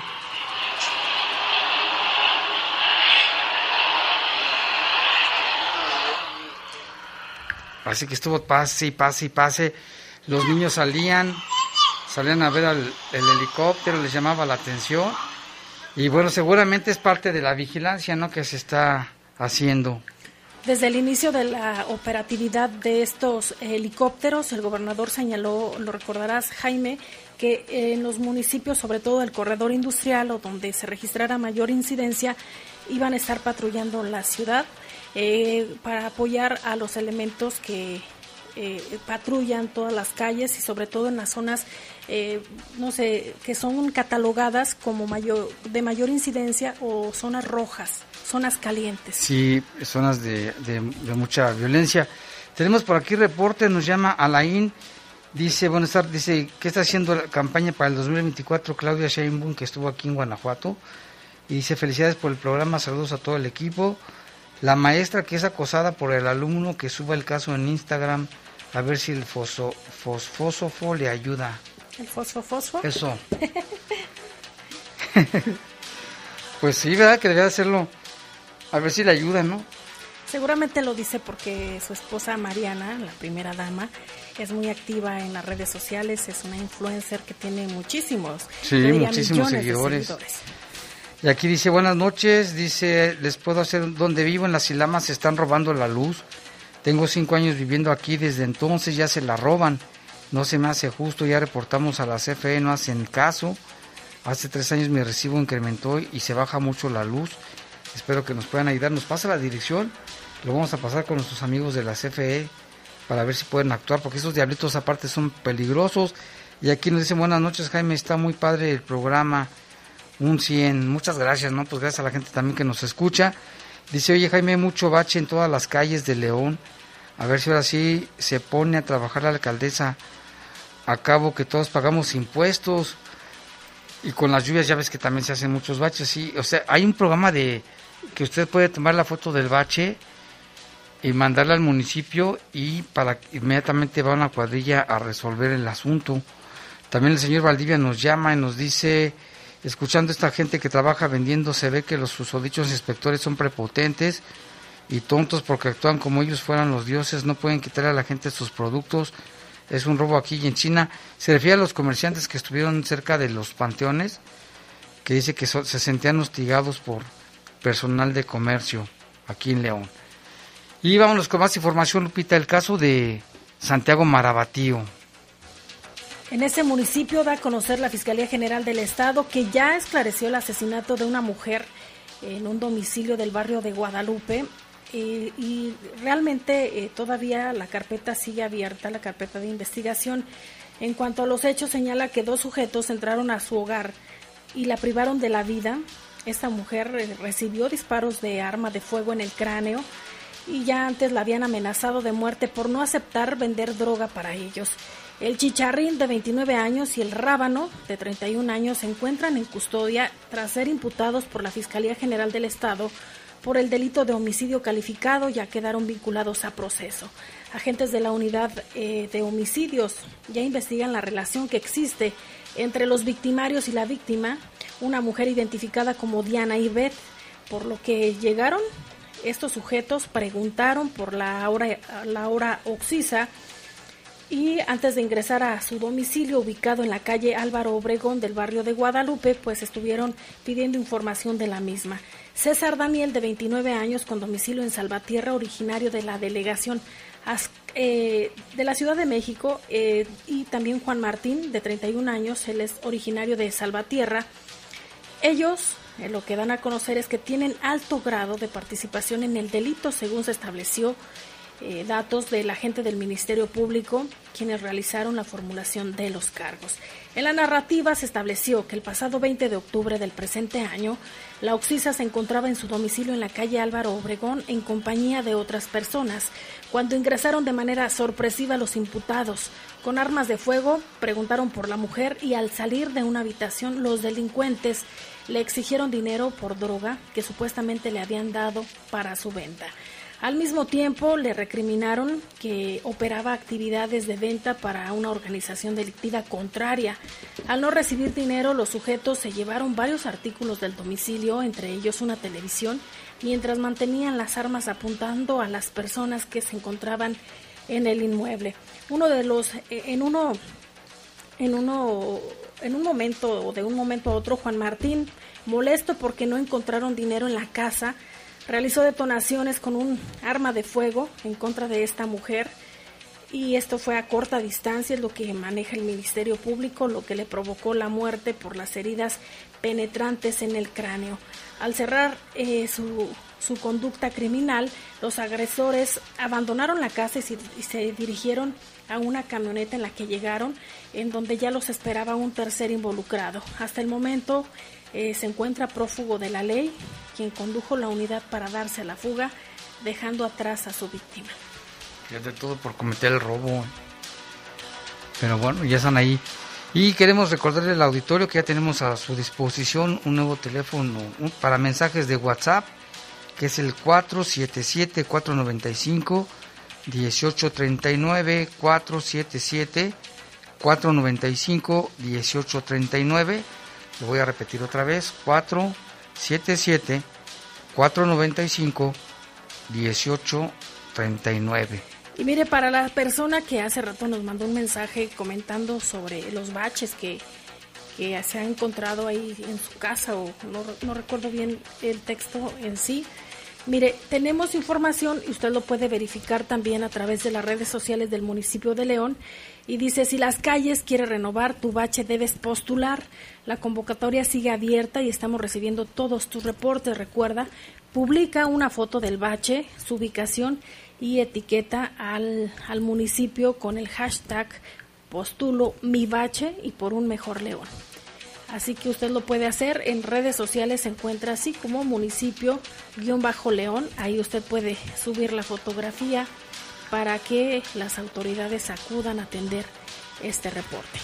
Así que estuvo pase y pase y pase. Los niños salían, salían a ver al el helicóptero, les llamaba la atención. Y bueno, seguramente es parte de la vigilancia, ¿no?, que se está haciendo. Desde el inicio de la operatividad de estos helicópteros, el gobernador señaló, lo recordarás, Jaime, que en los municipios, sobre todo el corredor industrial o donde se registrara mayor incidencia, iban a estar patrullando la ciudad eh, para apoyar a los elementos que eh, patrullan todas las calles y sobre todo en las zonas, eh, no sé, que son catalogadas como mayor, de mayor incidencia o zonas rojas. Zonas calientes. Sí, zonas de, de, de mucha violencia. Tenemos por aquí reporte, nos llama Alain Dice, buenas tardes, dice, ¿qué está haciendo la campaña para el dos mil veinticuatro Claudia Sheinbaum, que estuvo aquí en Guanajuato? Y dice, felicidades por el programa, saludos a todo el equipo. La maestra que es acosada por el alumno, que suba el caso en Instagram, a ver si el fosfo, fosfósofo le ayuda. ¿El fosfo-fosfo? Eso. Pues sí, ¿verdad? Que debía hacerlo. A ver si le ayuda, ¿no? Seguramente lo dice porque su esposa Mariana, la primera dama, es muy activa en las redes sociales, es una influencer que tiene muchísimos, sí, muchísimos seguidores. seguidores. Y aquí dice, buenas noches, dice, les puedo hacer, donde vivo en Las Ilamas se están robando la luz. Tengo cinco años viviendo aquí, desde entonces ya se la roban. No se me hace justo, ya reportamos a la C F E, no hacen caso. Hace tres años mi recibo incrementó y se baja mucho la luz. Espero que nos puedan ayudar. Nos pasa la dirección, lo vamos a pasar con nuestros amigos de la C F E para ver si pueden actuar, porque esos diablitos aparte son peligrosos. Y aquí nos dicen, buenas noches Jaime, está muy padre el programa, un cien, muchas gracias, ¿no? Pues gracias a la gente también que nos escucha. Dice, oye Jaime, hay mucho bache en todas las calles de León, a ver si ahora sí se pone a trabajar la alcaldesa, a cabo que todos pagamos impuestos, y con las lluvias ya ves que también se hacen muchos baches, sí, o sea, hay un programa de que usted puede tomar la foto del bache y mandarla al municipio y para inmediatamente va una cuadrilla a resolver el asunto. También el señor Valdivia nos llama y nos dice, escuchando a esta gente que trabaja vendiendo, se ve que los susodichos inspectores son prepotentes y tontos porque actúan como ellos fueran los dioses, no pueden quitarle a la gente sus productos, es un robo aquí y en China. Se refiere a los comerciantes que estuvieron cerca de los panteones, que dice que so, se sentían hostigados por personal de comercio aquí en León. Y vámonos con más información, Lupita, el caso de Santiago Marabatío. En ese municipio da a conocer la Fiscalía General del Estado que ya esclareció el asesinato de una mujer en un domicilio del barrio de Guadalupe. Eh, y realmente eh, todavía la carpeta sigue abierta, la carpeta de investigación. En cuanto a los hechos, señala que dos sujetos entraron a su hogar y la privaron de la vida. Esta mujer eh, recibió disparos de arma de fuego en el cráneo y ya antes la habían amenazado de muerte por no aceptar vender droga para ellos. El Chicharrín, de veintinueve años, y el Rábano, de treinta y un años, se encuentran en custodia tras ser imputados por la Fiscalía General del Estado por el delito de homicidio calificado. Ya quedaron vinculados a proceso. Agentes de la unidad eh, de homicidios ya investigan la relación que existe entre los victimarios y la víctima, una mujer identificada como Diana Ivette, por lo que llegaron estos sujetos, preguntaron por Laura, Laura Oxisa, y antes de ingresar a su domicilio ubicado en la calle Álvaro Obregón del barrio de Guadalupe, pues estuvieron pidiendo información de la misma. César Daniel, de veintinueve años, con domicilio en Salvatierra, originario de la delegación eh, de la Ciudad de México, eh, y también Juan Martín, de treinta y un años, él es originario de Salvatierra. Ellos, eh, lo que dan a conocer es que tienen alto grado de participación en el delito, según se estableció Eh, datos del agente del Ministerio Público, quienes realizaron la formulación de los cargos. En la narrativa se estableció que el pasado veinte de octubre del presente año, la Oxisa se encontraba en su domicilio en la calle Álvaro Obregón en compañía de otras personas, cuando ingresaron de manera sorpresiva los imputados. Con armas de fuego, preguntaron por la mujer y al salir de una habitación, los delincuentes le exigieron dinero por droga que supuestamente le habían dado para su venta. Al mismo tiempo, le recriminaron que operaba actividades de venta para una organización delictiva contraria. Al no recibir dinero, los sujetos se llevaron varios artículos del domicilio, entre ellos una televisión, mientras mantenían las armas apuntando a las personas que se encontraban en el inmueble. Uno de los, en uno, en uno, en un momento, de un momento a otro, Juan Martín, molesto porque no encontraron dinero en la casa, realizó detonaciones con un arma de fuego en contra de esta mujer, y esto fue a corta distancia, es lo que maneja el Ministerio Público, lo que le provocó la muerte por las heridas penetrantes en el cráneo. Al cerrar eh, su, su conducta criminal, los agresores abandonaron la casa y se, y se dirigieron a una camioneta en la que llegaron, en donde ya los esperaba un tercer involucrado. Hasta el momento eh, se encuentra prófugo de la ley, quien condujo la unidad para darse a la fuga, dejando atrás a su víctima. Fíjate, todo por cometer el robo. pero bueno, ya están ahí. Y queremos recordarle al auditorio que ya tenemos a su disposición un nuevo teléfono un, para mensajes de WhatsApp, que es el cuatro siete siete, cuatro nueve cinco, uno ocho tres nueve, cuatro siete siete, cuatro nueve cinco, uno ocho tres nueve. Lo voy a repetir otra vez, cuatro siete siete, cuatro nueve cinco, uno ocho tres nueve. Y mire, para la persona que hace rato nos mandó un mensaje comentando sobre los baches que, que se ha encontrado ahí en su casa, o no, no recuerdo bien el texto en sí, mire, tenemos información y usted lo puede verificar también a través de las redes sociales del municipio de León, y dice: si las calles quiere renovar tu bache, debes postular. La convocatoria sigue abierta y estamos recibiendo todos tus reportes. Recuerda, publica una foto del bache, su ubicación, y etiqueta al, al municipio con el hashtag postulo mi bache y por un mejor León. Así que usted lo puede hacer en redes sociales, se encuentra así como municipio-león. Ahí usted puede subir la fotografía para que las autoridades acudan a atender este reporte.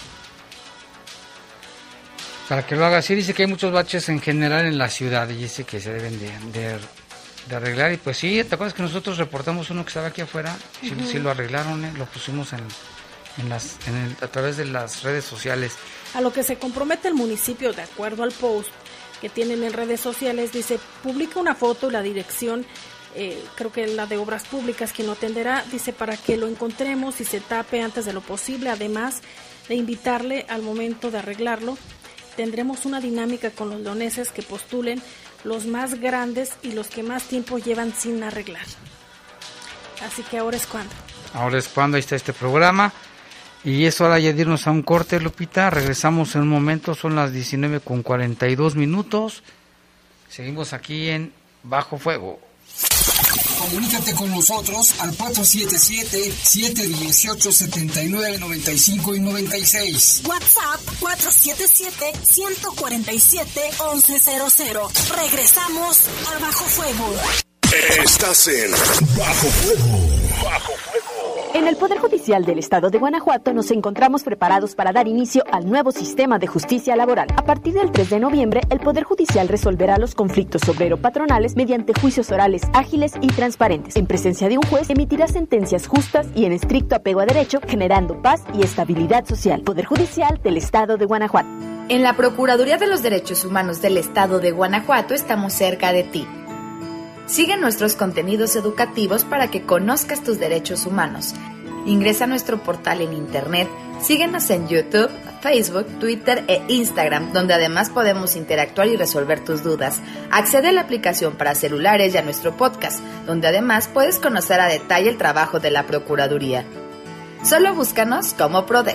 Para que lo haga así, dice que hay muchos baches en general en la ciudad y dice que se deben de, de, de arreglar. Y pues sí, ¿te acuerdas que nosotros reportamos uno que estaba aquí afuera? Sí, uh-huh. sí lo arreglaron, ¿eh? Lo pusimos en, en las, en el, a través de las redes sociales. A lo que se compromete el municipio, de acuerdo al post que tienen en redes sociales, dice: publica una foto y la dirección, eh, creo que la de Obras Públicas, quien lo atenderá, dice, para que lo encontremos y se tape antes de lo posible. Además de invitarle al momento de arreglarlo, tendremos una dinámica con los leoneses que postulen los más grandes y los que más tiempo llevan sin arreglar. Así que ahora es cuando. Ahora es cuando, ahí está este programa. Y es hora ya de irnos a un corte, Lupita. Regresamos en un momento, son las diecinueve con cuarenta y dos minutos. Seguimos aquí en Bajo Fuego. Comunícate con nosotros al cuatro siete siete, siete uno ocho, siete nueve nueve cinco y noventa y seis. WhatsApp cuatro siete siete, uno cuatro siete, once cero cero. Regresamos al Bajo Fuego. Estás en Bajo Fuego. Bajo Fuego. En el Poder Judicial del Estado de Guanajuato nos encontramos preparados para dar inicio al nuevo sistema de justicia laboral. A partir del tres de noviembre, el Poder Judicial resolverá los conflictos obrero-patronales mediante juicios orales ágiles y transparentes. En presencia de un juez, emitirá sentencias justas y en estricto apego a derecho, generando paz y estabilidad social. Poder Judicial del Estado de Guanajuato. En la Procuraduría de los Derechos Humanos del Estado de Guanajuato estamos cerca de ti. Sigue nuestros contenidos educativos para que conozcas tus derechos humanos. Ingresa a nuestro portal en internet, síguenos en YouTube, Facebook, Twitter e Instagram, donde además podemos interactuar y resolver tus dudas. Accede a la aplicación para celulares y a nuestro podcast, donde además puedes conocer a detalle el trabajo de la Procuraduría. Solo búscanos como PRODEG.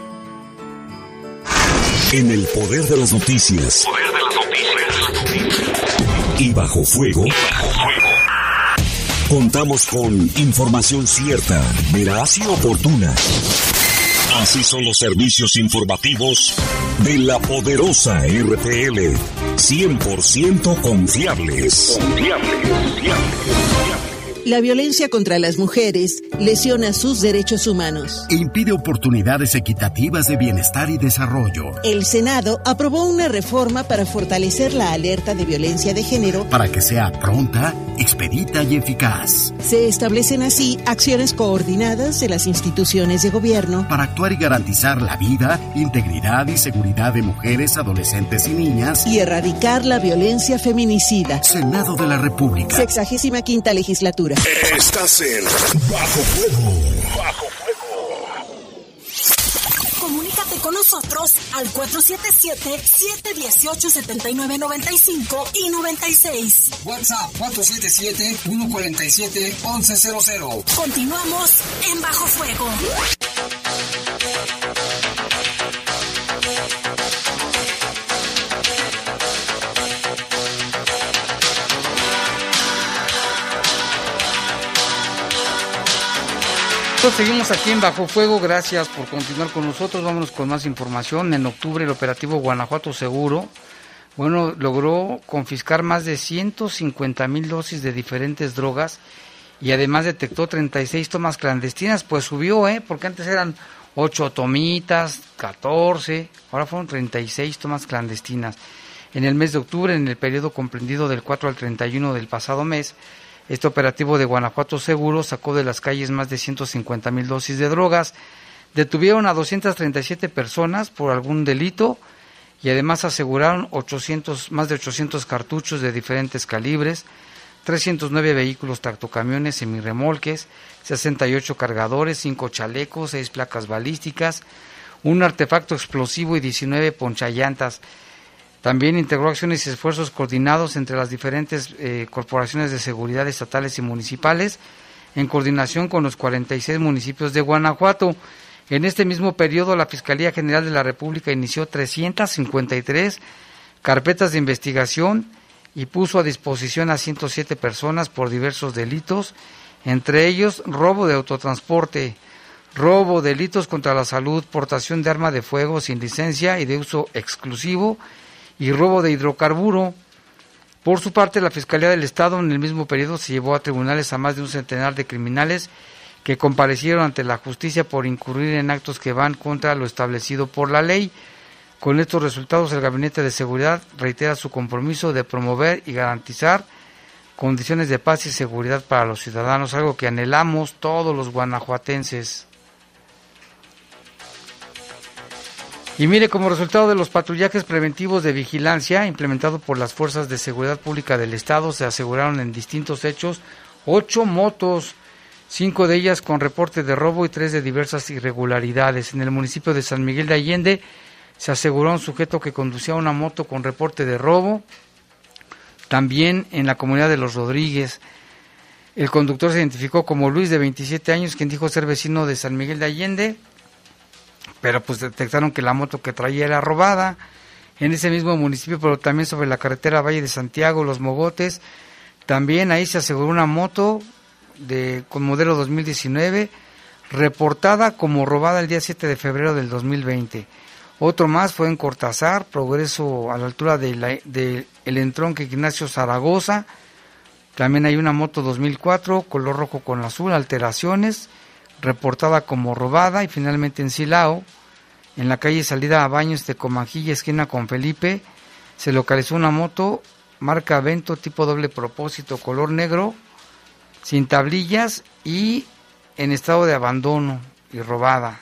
En el poder de las noticias. Poder de las noticias. Y Bajo Fuego. Y Bajo Fuego. Contamos con información cierta, veraz y oportuna. Así son los servicios informativos de la poderosa R P L. cien por ciento confiables. Confiables, confiables. La violencia contra las mujeres lesiona sus derechos humanos e impide oportunidades equitativas de bienestar y desarrollo. El Senado aprobó una reforma para fortalecer la alerta de violencia de género para que sea pronta, expedita y eficaz. Se establecen así acciones coordinadas de las instituciones de gobierno para actuar y garantizar la vida, integridad y seguridad de mujeres, adolescentes y niñas y erradicar la violencia feminicida. Senado de la República. Sexagésima quinta legislatura. Estás en Bajo Fuego. Bajo Fuego. Comunícate con nosotros al cuatro siete siete, siete uno ocho, siete nueve nueve cinco y noventa y seis. WhatsApp cuatro siete siete, uno cuatro siete, once cero cero. Continuamos en Bajo Fuego. Seguimos aquí en Bajo Fuego, gracias por continuar con nosotros. Vámonos con más información. En octubre el operativo Guanajuato Seguro, bueno, logró confiscar más de ciento cincuenta mil dosis de diferentes drogas y además detectó treinta y seis tomas clandestinas. Pues subió, ¿eh? Porque antes eran ocho tomitas, catorce, ahora fueron treinta y seis tomas clandestinas. En el mes de octubre, en el periodo comprendido del cuatro al treinta y uno del pasado mes, este operativo de Guanajuato Seguro sacó de las calles más de ciento cincuenta mil dosis de drogas, detuvieron a doscientas treinta y siete personas por algún delito y además aseguraron ochocientos, más de ochocientos cartuchos de diferentes calibres, trescientos nueve vehículos tractocamiones semirremolques, sesenta y ocho cargadores, cinco chalecos, seis placas balísticas, un artefacto explosivo y diecinueve ponchallantas. También integró acciones y esfuerzos coordinados entre las diferentes eh, corporaciones de seguridad estatales y municipales, en coordinación con los cuarenta y seis municipios de Guanajuato. En este mismo periodo, la Fiscalía General de la República inició trescientas cincuenta y tres carpetas de investigación y puso a disposición a ciento siete personas por diversos delitos, entre ellos robo de autotransporte, robo, delitos contra la salud, portación de arma de fuego sin licencia y de uso exclusivo, y robo de hidrocarburo. Por su parte, la Fiscalía del Estado en el mismo periodo se llevó a tribunales a más de un centenar de criminales que comparecieron ante la justicia por incurrir en actos que van contra lo establecido por la ley. Con estos resultados, el Gabinete de Seguridad reitera su compromiso de promover y garantizar condiciones de paz y seguridad para los ciudadanos, algo que anhelamos todos los guanajuatenses. Y mire, como resultado de los patrullajes preventivos de vigilancia implementados por las Fuerzas de Seguridad Pública del Estado, se aseguraron en distintos hechos ocho motos, cinco de ellas con reporte de robo y tres de diversas irregularidades. En el municipio de San Miguel de Allende se aseguró a un sujeto que conducía una moto con reporte de robo. También en la comunidad de Los Rodríguez, el conductor se identificó como Luis, de veintisiete años, quien dijo ser vecino de San Miguel de Allende, pero pues detectaron que la moto que traía era robada. En ese mismo municipio, pero también sobre la carretera Valle de Santiago, Los Mogotes, también ahí se aseguró una moto de con modelo dos mil diecinueve, reportada como robada el día siete de febrero del dos mil veinte. Otro más fue en Cortázar, Progreso, a la altura de, la, de el entronque Ignacio Zaragoza. También hay una moto dos mil cuatro, color rojo con azul, alteraciones, reportada como robada. Y finalmente en Silao, en la calle salida a Baños de Comanjilla, esquina con Felipe, se localizó una moto marca Vento tipo doble propósito, color negro, sin tablillas y en estado de abandono y robada.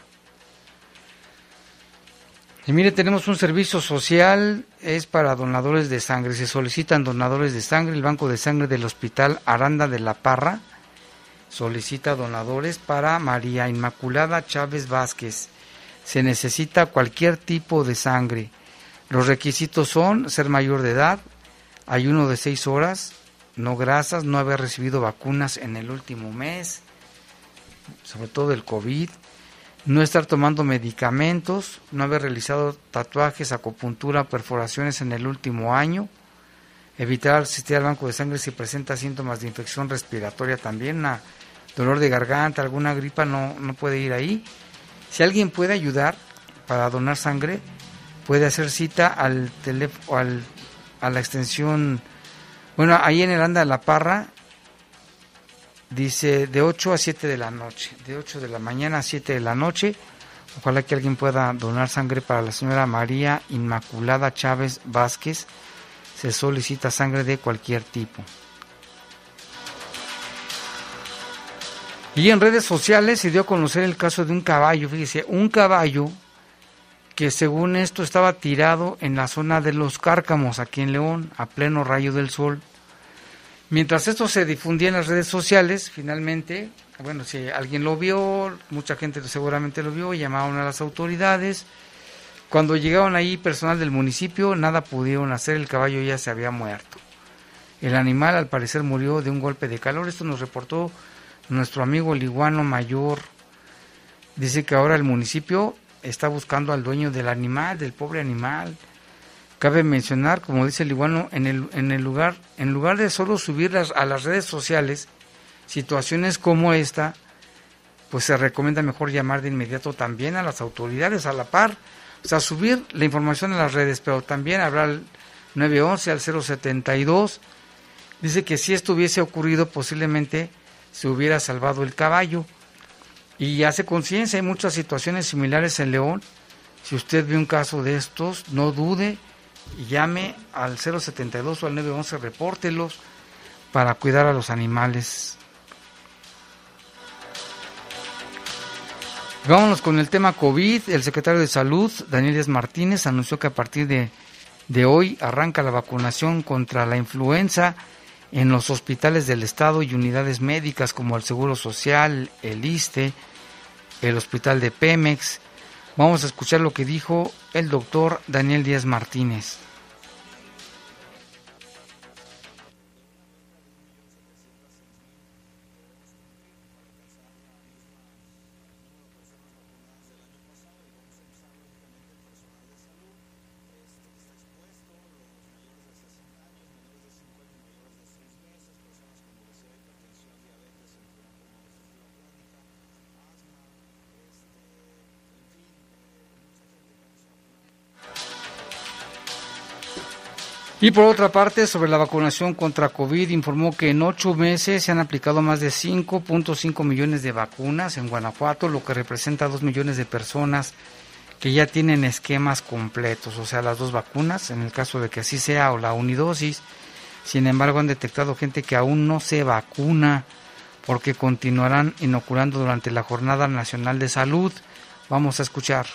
Y mire, tenemos un servicio social, es para donadores de sangre. Se solicitan donadores de sangre. El Banco de Sangre del Hospital Aranda de la Parra solicita donadores para María Inmaculada Chávez Vázquez. Se necesita cualquier tipo de sangre. Los requisitos son ser mayor de edad, ayuno de seis horas, no grasas, no haber recibido vacunas en el último mes, sobre todo el COVID, no estar tomando medicamentos, no haber realizado tatuajes, acupuntura, perforaciones en el último año, evitar asistir al banco de sangre si presenta síntomas de infección respiratoria también, una dolor de garganta, alguna gripa, no, no puede ir ahí. Si alguien puede ayudar para donar sangre, puede hacer cita al teléfono, al, a la extensión, bueno, ahí en el Aranda de la Parra, dice de ocho a siete de la noche, de ocho de la mañana a siete de la noche. Ojalá que alguien pueda donar sangre para la señora María Inmaculada Chávez Vázquez. Se solicita sangre de cualquier tipo. Y en redes sociales se dio a conocer el caso de un caballo, fíjese, un caballo que según esto estaba tirado en la zona de Los Cárcamos, aquí en León, a pleno rayo del sol. Mientras esto se difundía en las redes sociales, finalmente, bueno, si alguien lo vio, mucha gente seguramente lo vio, llamaron a las autoridades. Cuando llegaron ahí personal del municipio, nada pudieron hacer, el caballo ya se había muerto. El animal al parecer murió de un golpe de calor. Esto nos reportó nuestro amigo el iguano mayor. Dice que ahora el municipio está buscando al dueño del animal, del pobre animal. Cabe mencionar, como dice el iguano, en el, en el lugar, en lugar de solo subirlas a las redes sociales, situaciones como esta, pues se recomienda mejor llamar de inmediato también a las autoridades a la par. O sea, subir la información a las redes, pero también habrá al nueve once, al cero setenta y dos. Dice que si esto hubiese ocurrido, posiblemente se hubiera salvado el caballo. y hace conciencia. Hay muchas situaciones similares en León. Si usted ve un caso de estos, no dude y llame al cero setenta y dos o al nueve once, repórtelos para cuidar a los animales. Vámonos con el tema COVID. El secretario de Salud, Daniel Díaz Martínez, anunció que a partir de, de hoy arranca la vacunación contra la influenza en los hospitales del Estado y unidades médicas como el Seguro Social, el ISSSTE, el Hospital de Pemex. Vamos a escuchar lo que dijo el doctor Daniel Díaz Martínez. Y por otra parte, sobre la vacunación contra COVID, informó que en ocho meses se han aplicado más de cinco punto cinco millones de vacunas en Guanajuato, lo que representa dos millones de personas que ya tienen esquemas completos, o sea, las dos vacunas, en el caso de que así sea, o la unidosis. Sin embargo, han detectado gente que aún no se vacuna porque continuarán inoculando durante la Jornada Nacional de Salud. Vamos a escuchar.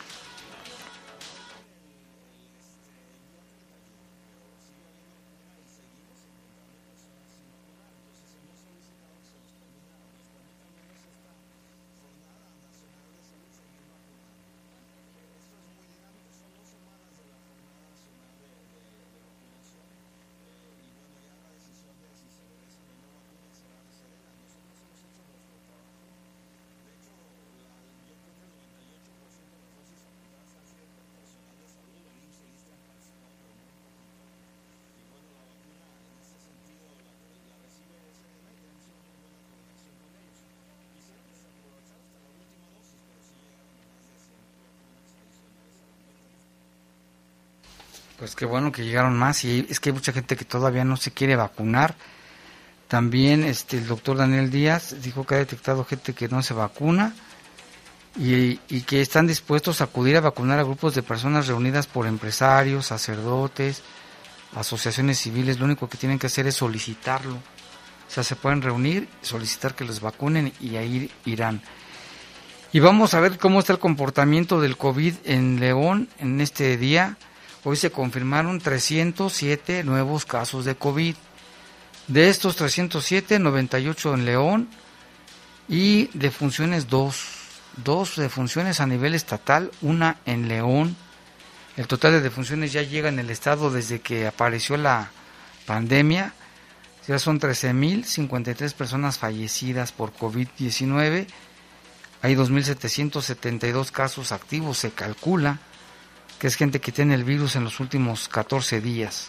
Pues qué bueno que llegaron más, y es que hay mucha gente que todavía no se quiere vacunar. También este el doctor Daniel Díaz dijo que ha detectado gente que no se vacuna y, y que están dispuestos a acudir a vacunar a grupos de personas reunidas por empresarios, sacerdotes, asociaciones civiles. Lo único que tienen que hacer es solicitarlo. O sea, se pueden reunir, solicitar que los vacunen y ahí irán. Y vamos a ver cómo está el comportamiento del COVID en León en este día. Hoy se confirmaron trescientos siete nuevos casos de COVID. De estos trescientos siete, noventa y ocho en León y defunciones dos. Dos defunciones a nivel estatal, una en León. El total de defunciones ya llega en el estado desde que apareció la pandemia. Ya son trece mil cincuenta y tres personas fallecidas por COVID diecinueve. Hay dos mil setecientos setenta y dos casos activos, se calcula que es gente que tiene el virus en los últimos catorce días.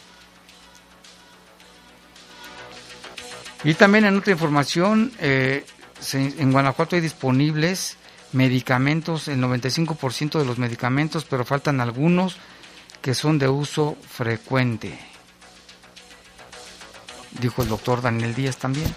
Y también en otra información, eh, se, en Guanajuato hay disponibles medicamentos, el noventa y cinco por ciento de los medicamentos, pero faltan algunos que son de uso frecuente, dijo el doctor Daniel Díaz también.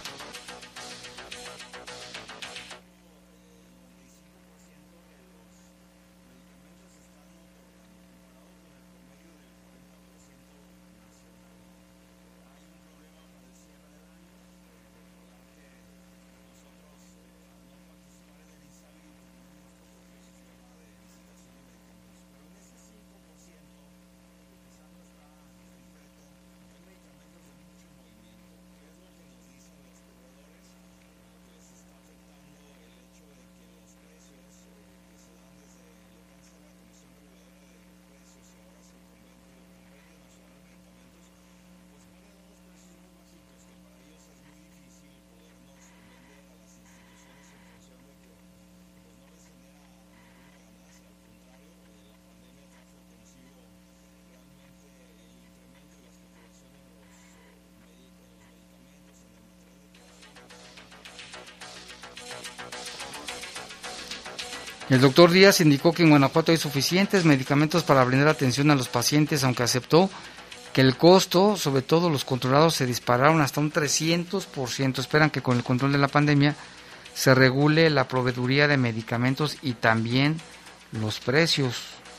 El doctor Díaz indicó que en Guanajuato hay suficientes medicamentos para brindar atención a los pacientes, aunque aceptó que el costo, sobre todo los controlados, se dispararon hasta un trescientos por ciento. Esperan que con el control de la pandemia se regule la proveeduría de medicamentos y también los precios.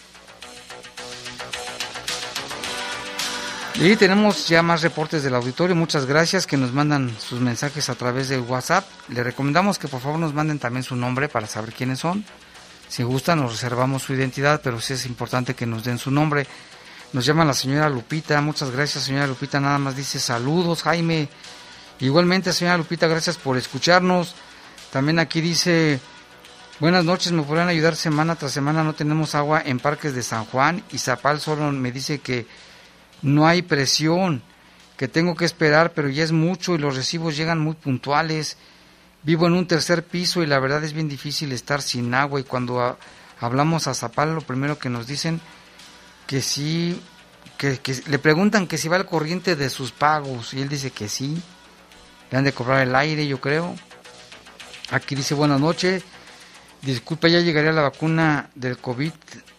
Y tenemos ya más reportes del auditorio. Muchas gracias que nos mandan sus mensajes a través de WhatsApp. Le recomendamos que por favor nos manden también su nombre para saber quiénes son. Si gustan nos reservamos su identidad, pero sí es importante que nos den su nombre. Nos llama la señora Lupita. Muchas gracias, señora Lupita. Nada más dice saludos, Jaime. Igualmente, señora Lupita, gracias por escucharnos. También aquí dice, buenas noches, me podrán ayudar semana tras semana. No tenemos agua en Parques de San Juan y Zapal solo me dice que no hay presión, que tengo que esperar, pero ya es mucho y los recibos llegan muy puntuales. Vivo en un tercer piso y la verdad es bien difícil estar sin agua, y cuando a, hablamos a Zapal lo primero que nos dicen que sí, que, que le preguntan que si va al corriente de sus pagos y él dice que sí, le han de cobrar el aire, yo creo. Aquí dice buenas noches, disculpa, ya llegaría la vacuna del COVID,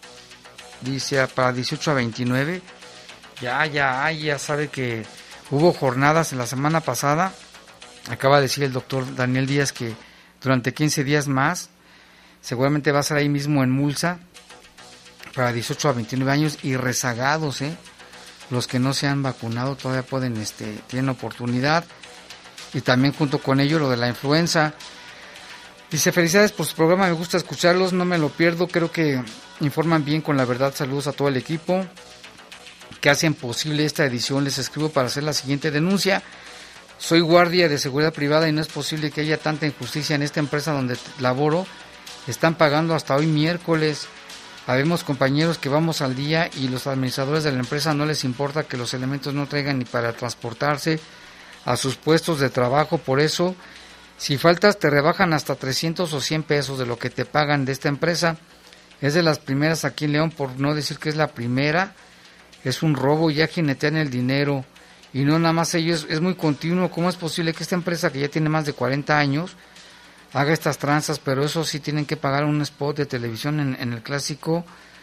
dice para dieciocho a veintinueve. Ya, ya, ya sabe que hubo jornadas en la semana pasada. Acaba de decir el doctor Daniel Díaz que durante quince días más, seguramente va a ser ahí mismo en Mulsa, para dieciocho a veintinueve años y rezagados, ¿eh? Los que no se han vacunado todavía pueden, este, tienen oportunidad. Y también junto con ello lo de la influenza. Dice, felicidades por su programa, me gusta escucharlos, no me lo pierdo, creo que informan bien con la verdad. Saludos a todo el equipo que hacen posible esta edición. Les escribo para hacer la siguiente denuncia. Soy guardia de seguridad privada y no es posible que haya tanta injusticia en esta empresa donde laboro. Están pagando hasta hoy miércoles. Habemos compañeros que vamos al día y los administradores de la empresa no les importa que los elementos no traigan ni para transportarse a sus puestos de trabajo. Por eso, si faltas te rebajan hasta trescientos o cien pesos de lo que te pagan de esta empresa. Es de las primeras aquí en León, por no decir que es la primera. Es un robo, ya jinetean el dinero y no nada más ellos, es muy continuo. ¿Cómo es posible que esta empresa que ya tiene más de cuarenta años haga estas tranzas? Pero eso sí, tienen que pagar un spot de televisión en, en el Clásico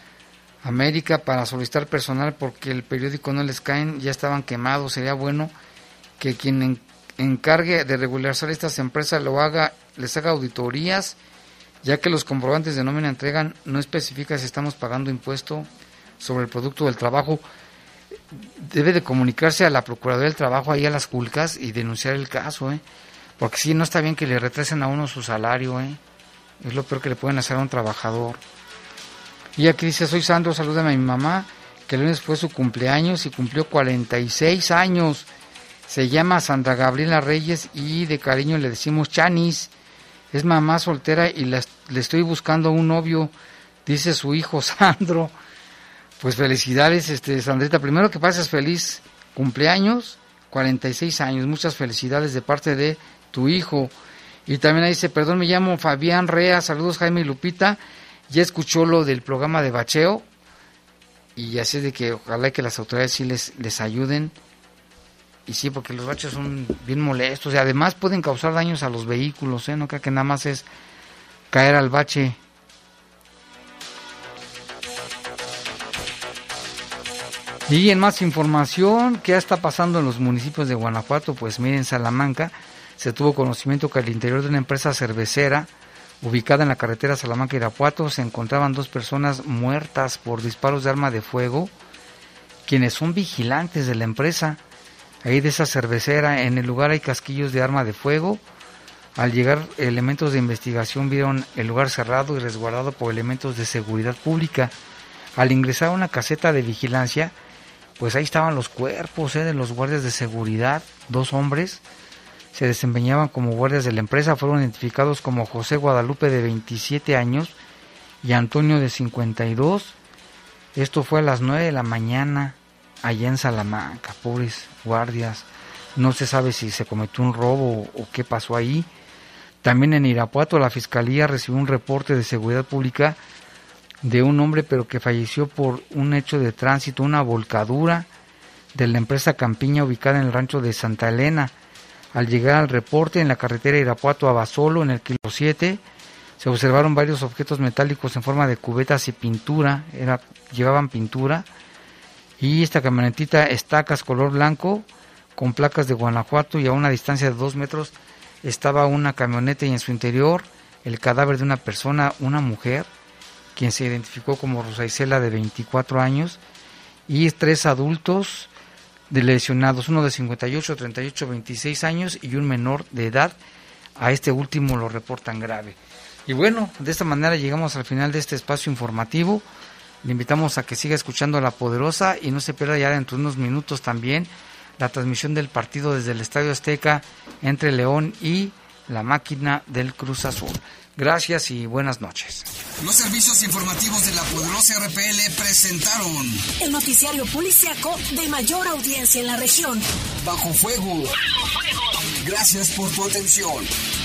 América para solicitar personal porque el periódico no les caen, ya estaban quemados. Sería bueno que quien en, encargue de regularizar estas empresas lo haga, les haga auditorías, ya que los comprobantes de nómina entregan no especifica si estamos pagando impuesto sobre el producto del trabajo. Debe de comunicarse a la Procuraduría del Trabajo, ahí a las Julcas, y denunciar el caso, ¿eh? Porque sí, no está bien que le retresen a uno su salario, ¿eh? Es lo peor que le pueden hacer a un trabajador. Y aquí dice, soy Sandro, salúdame a mi mamá, que el lunes fue su cumpleaños y cumplió cuarenta y seis años. Se llama Sandra Gabriela Reyes y de cariño le decimos Chanis. Es mamá soltera y la, le estoy buscando un novio, dice su hijo Sandro. Pues felicidades, este, Sandrita. Primero que pases feliz cumpleaños, cuarenta y seis años. Muchas felicidades de parte de tu hijo. Y también ahí dice, perdón, me llamo Fabián Rea. Saludos, Jaime y Lupita. Ya escuchó lo del programa de bacheo. Y así es de que ojalá que las autoridades sí les, les ayuden. Y sí, porque los baches son bien molestos. Y además pueden causar daños a los vehículos, ¿eh? No creo que nada más es caer al bache. Y en más información, ¿qué está pasando en los municipios de Guanajuato? Pues miren, Salamanca, se tuvo conocimiento que al interior de una empresa cervecera ubicada en la carretera Salamanca-Irapuato se encontraban dos personas muertas por disparos de arma de fuego, quienes son vigilantes de la empresa, ahí de esa cervecera. En el lugar hay casquillos de arma de fuego. Al llegar elementos de investigación vieron el lugar cerrado y resguardado por elementos de seguridad pública. Al ingresar a una caseta de vigilancia, pues ahí estaban los cuerpos ¿eh? de los guardias de seguridad, dos hombres, se desempeñaban como guardias de la empresa, fueron identificados como José Guadalupe de veintisiete años y Antonio de cincuenta y dos, esto fue a las nueve de la mañana, allá en Salamanca, pobres guardias, no se sabe si se cometió un robo o, o qué pasó ahí. También en Irapuato la Fiscalía recibió un reporte de seguridad pública de un hombre pero que falleció por un hecho de tránsito, una volcadura de la empresa Campiña ubicada en el rancho de Santa Elena. Al llegar al reporte en la carretera Irapuato a Basolo, en el kilómetro siete, se observaron varios objetos metálicos en forma de cubetas y pintura, era, llevaban pintura, y esta camionetita estacas color blanco con placas de Guanajuato y a una distancia de dos metros estaba una camioneta y en su interior el cadáver de una persona, una mujer, quien se identificó como Rosa Isela, de veinticuatro años, y tres adultos de lesionados, uno de cincuenta y ocho, treinta y ocho, veintiséis años y un menor de edad. A este último lo reportan grave. Y bueno, de esta manera llegamos al final de este espacio informativo. Le invitamos a que siga escuchando a La Poderosa y no se pierda ya dentro de unos minutos también la transmisión del partido desde el Estadio Azteca entre León y la máquina del Cruz Azul. Gracias y buenas noches. Los servicios informativos de La Poderosa R P L presentaron el noticiario policiaco de mayor audiencia en la región. Bajo Fuego. Gracias por tu atención.